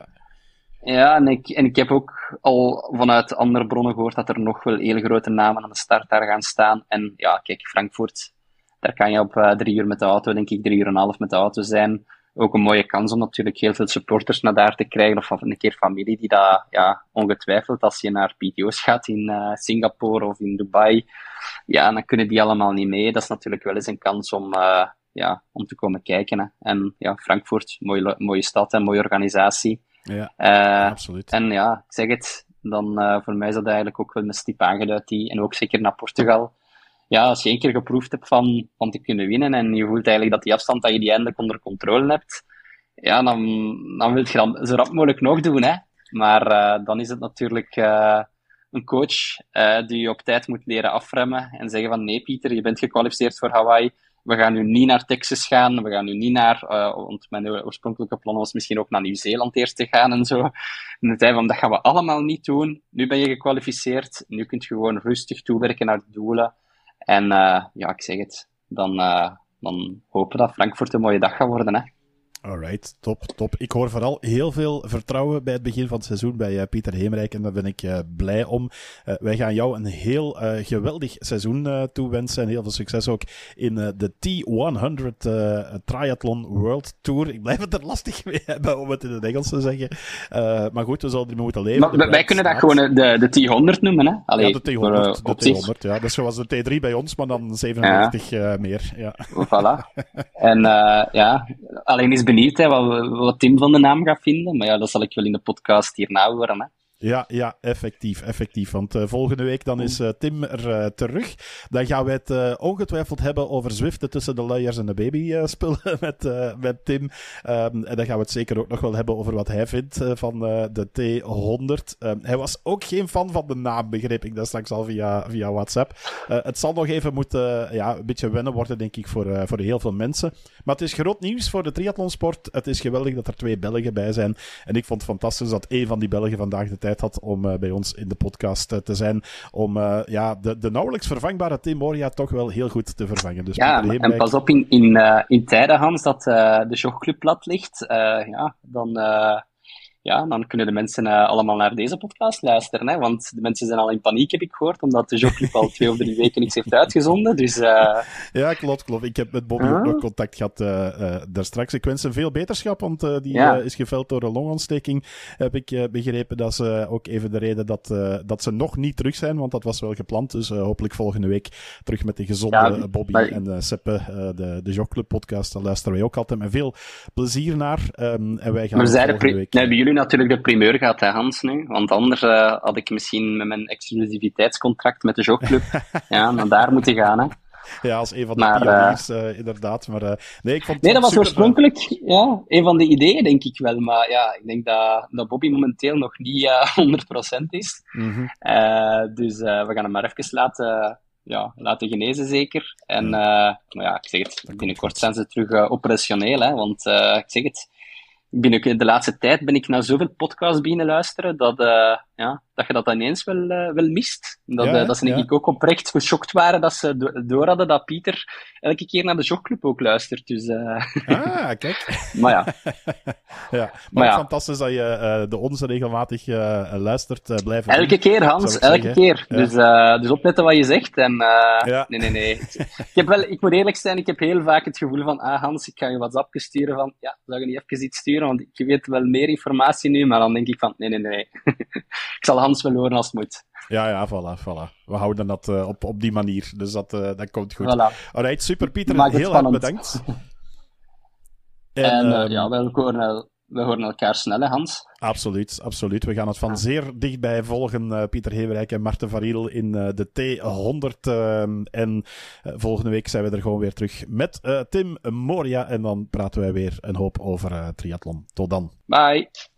ja, en ik, en ik heb ook al vanuit andere bronnen gehoord dat er nog wel heel grote namen aan de start daar gaan staan. En ja, kijk, Frankfurt, daar kan je op uh, drie uur met de auto, denk ik, drie uur en een half met de auto zijn. Ook een mooie kans om natuurlijk heel veel supporters naar daar te krijgen, of een keer familie die dat, ja, ongetwijfeld, als je naar P T O's gaat in uh, Singapore of in Dubai, ja, dan kunnen die allemaal niet mee. Dat is natuurlijk wel eens een kans om, uh, ja, om te komen kijken. Hè. En ja, Frankfurt, mooie, mooie stad en mooie organisatie. Ja, uh, absoluut. En ja, ik zeg het, dan uh, voor mij is dat eigenlijk ook wel met stip aangeduid, die, en ook zeker naar Portugal. Ja, als je één keer geproefd hebt van, van te kunnen winnen en je voelt eigenlijk dat die afstand, dat je die eindelijk onder controle hebt, ja, dan, dan wil je dat zo rap mogelijk nog doen, hè. Maar uh, dan is het natuurlijk uh, een coach uh, die je op tijd moet leren afremmen en zeggen van nee, Pieter, je bent gekwalificeerd voor Hawaii, we gaan nu niet naar Texas gaan, we gaan nu niet naar, uh, want mijn oorspronkelijke plan was misschien ook naar Nieuw-Zeeland eerst te gaan en zo. En dan zei van, dat gaan we allemaal niet doen, nu ben je gekwalificeerd, nu kun je gewoon rustig toewerken naar de doelen. En uh, ja, ik zeg het, dan, uh, dan hopen dat Frankfurt een mooie dag gaat worden, hè. Alright, top, top. Ik hoor vooral heel veel vertrouwen bij het begin van het seizoen bij uh, Pieter Heemrijk en daar ben ik uh, blij om. Uh, wij gaan jou een heel uh, geweldig seizoen uh, toewensen en heel veel succes ook in uh, de T honderd uh, Triathlon World Tour. Ik blijf het er lastig mee hebben om het in het Engels te zeggen. Uh, maar goed, we zullen ermee moeten leven. Maar, wij kunnen staat. dat gewoon de, de T honderd noemen, hè? Allee, ja, de T honderd, voor, uh, de T honderd, ja. Dat is zoals de T drie bij ons, maar dan zevenenvijftig ja. uh, meer. Ja. Voilà. En uh, ja, alleen is benieuwd hè, wat, wat Tim van de naam gaat vinden. Maar ja, dat zal ik wel in de podcast hierna horen. Hè. Ja, ja, effectief, effectief. Want uh, volgende week dan is uh, Tim er uh, terug. Dan gaan wij het uh, ongetwijfeld hebben over Zwiften tussen de luiers en de baby uh, spullen met, uh, met Tim. Um, en dan gaan we het zeker ook nog wel hebben over wat hij vindt uh, van uh, de T honderd. Um, hij was ook geen fan van de naam, begreep ik dat straks al via, via WhatsApp. Uh, het zal nog even moeten, uh, ja, een beetje wennen worden, denk ik, voor, uh, voor heel veel mensen. Maar het is groot nieuws voor de triathlonsport. Het is geweldig dat er twee Belgen bij zijn. En ik vond het fantastisch dat één van die Belgen vandaag de tijd had om uh, bij ons in de podcast uh, te zijn, om uh, ja, de, de nauwelijks vervangbare Tim Moria toch wel heel goed te vervangen. Dus ja, en pas op in, in, uh, in tijden, Hans, dat uh, de jogclub plat ligt, uh, ja, dan, uh, ja, dan kunnen de mensen uh, allemaal naar deze podcast luisteren, hè, want de mensen zijn al in paniek, heb ik gehoord, omdat de jogclub al twee of drie weken niks heeft uitgezonden, dus... Uh... Ja, klopt, klopt. Ik heb met Bobby huh? ook nog contact gehad uh, uh, daar straks. Ik wens hem veel beterschap, want uh, die ja. uh, is geveld door een longontsteking, heb ik uh, begrepen. Dat is uh, ook even de reden dat, uh, dat ze nog niet terug zijn, want dat was wel gepland, dus uh, hopelijk volgende week terug met de gezonde ja, Bobby maar... en uh, Seppe, uh, de, de jogclub podcast. Daar luisteren wij ook altijd met veel plezier naar. Um, en wij gaan maar volgende pri- week... Nee, hebben jullie natuurlijk de primeur gehad, hè, Hans, nu? Want anders uh, had ik misschien met mijn exclusiviteitscontract met de jogclub ja, naar daar moeten gaan, hè. Ja, als een van de maar, pioniers, uh, uh, inderdaad. Maar, uh, nee, ik vond nee, dat was super... oorspronkelijk ja, een van de ideeën, denk ik wel. Maar ja, ik denk dat, dat Bobby momenteel nog niet uh, honderd procent is. Mm-hmm. Uh, dus uh, we gaan hem maar even laten, ja, laten genezen, zeker. En, uh, maar ja, ik zeg het, binnenkort zijn ze terug uh, operationeel, hè. Want uh, ik zeg het, binnen de laatste tijd ben ik naar zoveel podcasts beginnen luisteren dat, uh, ja, dat je dat ineens wel, uh, wel mist. Dat, ja, uh, dat ze denk ja. ik ook oprecht geschokt waren dat ze do- door hadden dat Pieter elke keer naar de jogclub ook luistert. Dus, uh... Ah, kijk. Maar ja. ja maar, maar ja. Fantastisch dat je uh, de onze regelmatig uh, luistert. Uh, blijven elke doen, keer, Hans. Elke zeggen. keer. Ja. Dus, uh, dus opletten wat je zegt. En, uh, ja. Nee, nee, nee. ik, heb wel, ik moet eerlijk zijn, ik heb heel vaak het gevoel van ah, Hans, ik ga je WhatsApp sturen van ja, zou je niet even iets sturen? Want ik weet wel meer informatie nu, maar dan denk ik van nee, nee, nee. ik ik zal Hans wel horen als het moet. Ja, ja, voilà, voilà. We houden dat uh, op, op die manier. Dus dat, uh, dat komt goed. Voilà. Alright, super Pieter. Maak het heel spannend. erg bedankt. En, en uh, um, ja, we horen, we horen elkaar snel, hè, Hans? Absoluut, absoluut. We gaan het van zeer dichtbij volgen, uh, Pieter Heverijk en Marten Variel in uh, de T honderd. Uh, en uh, volgende week zijn we er gewoon weer terug met uh, Tim Moria. En dan praten wij weer een hoop over uh, triathlon. Tot dan. Bye.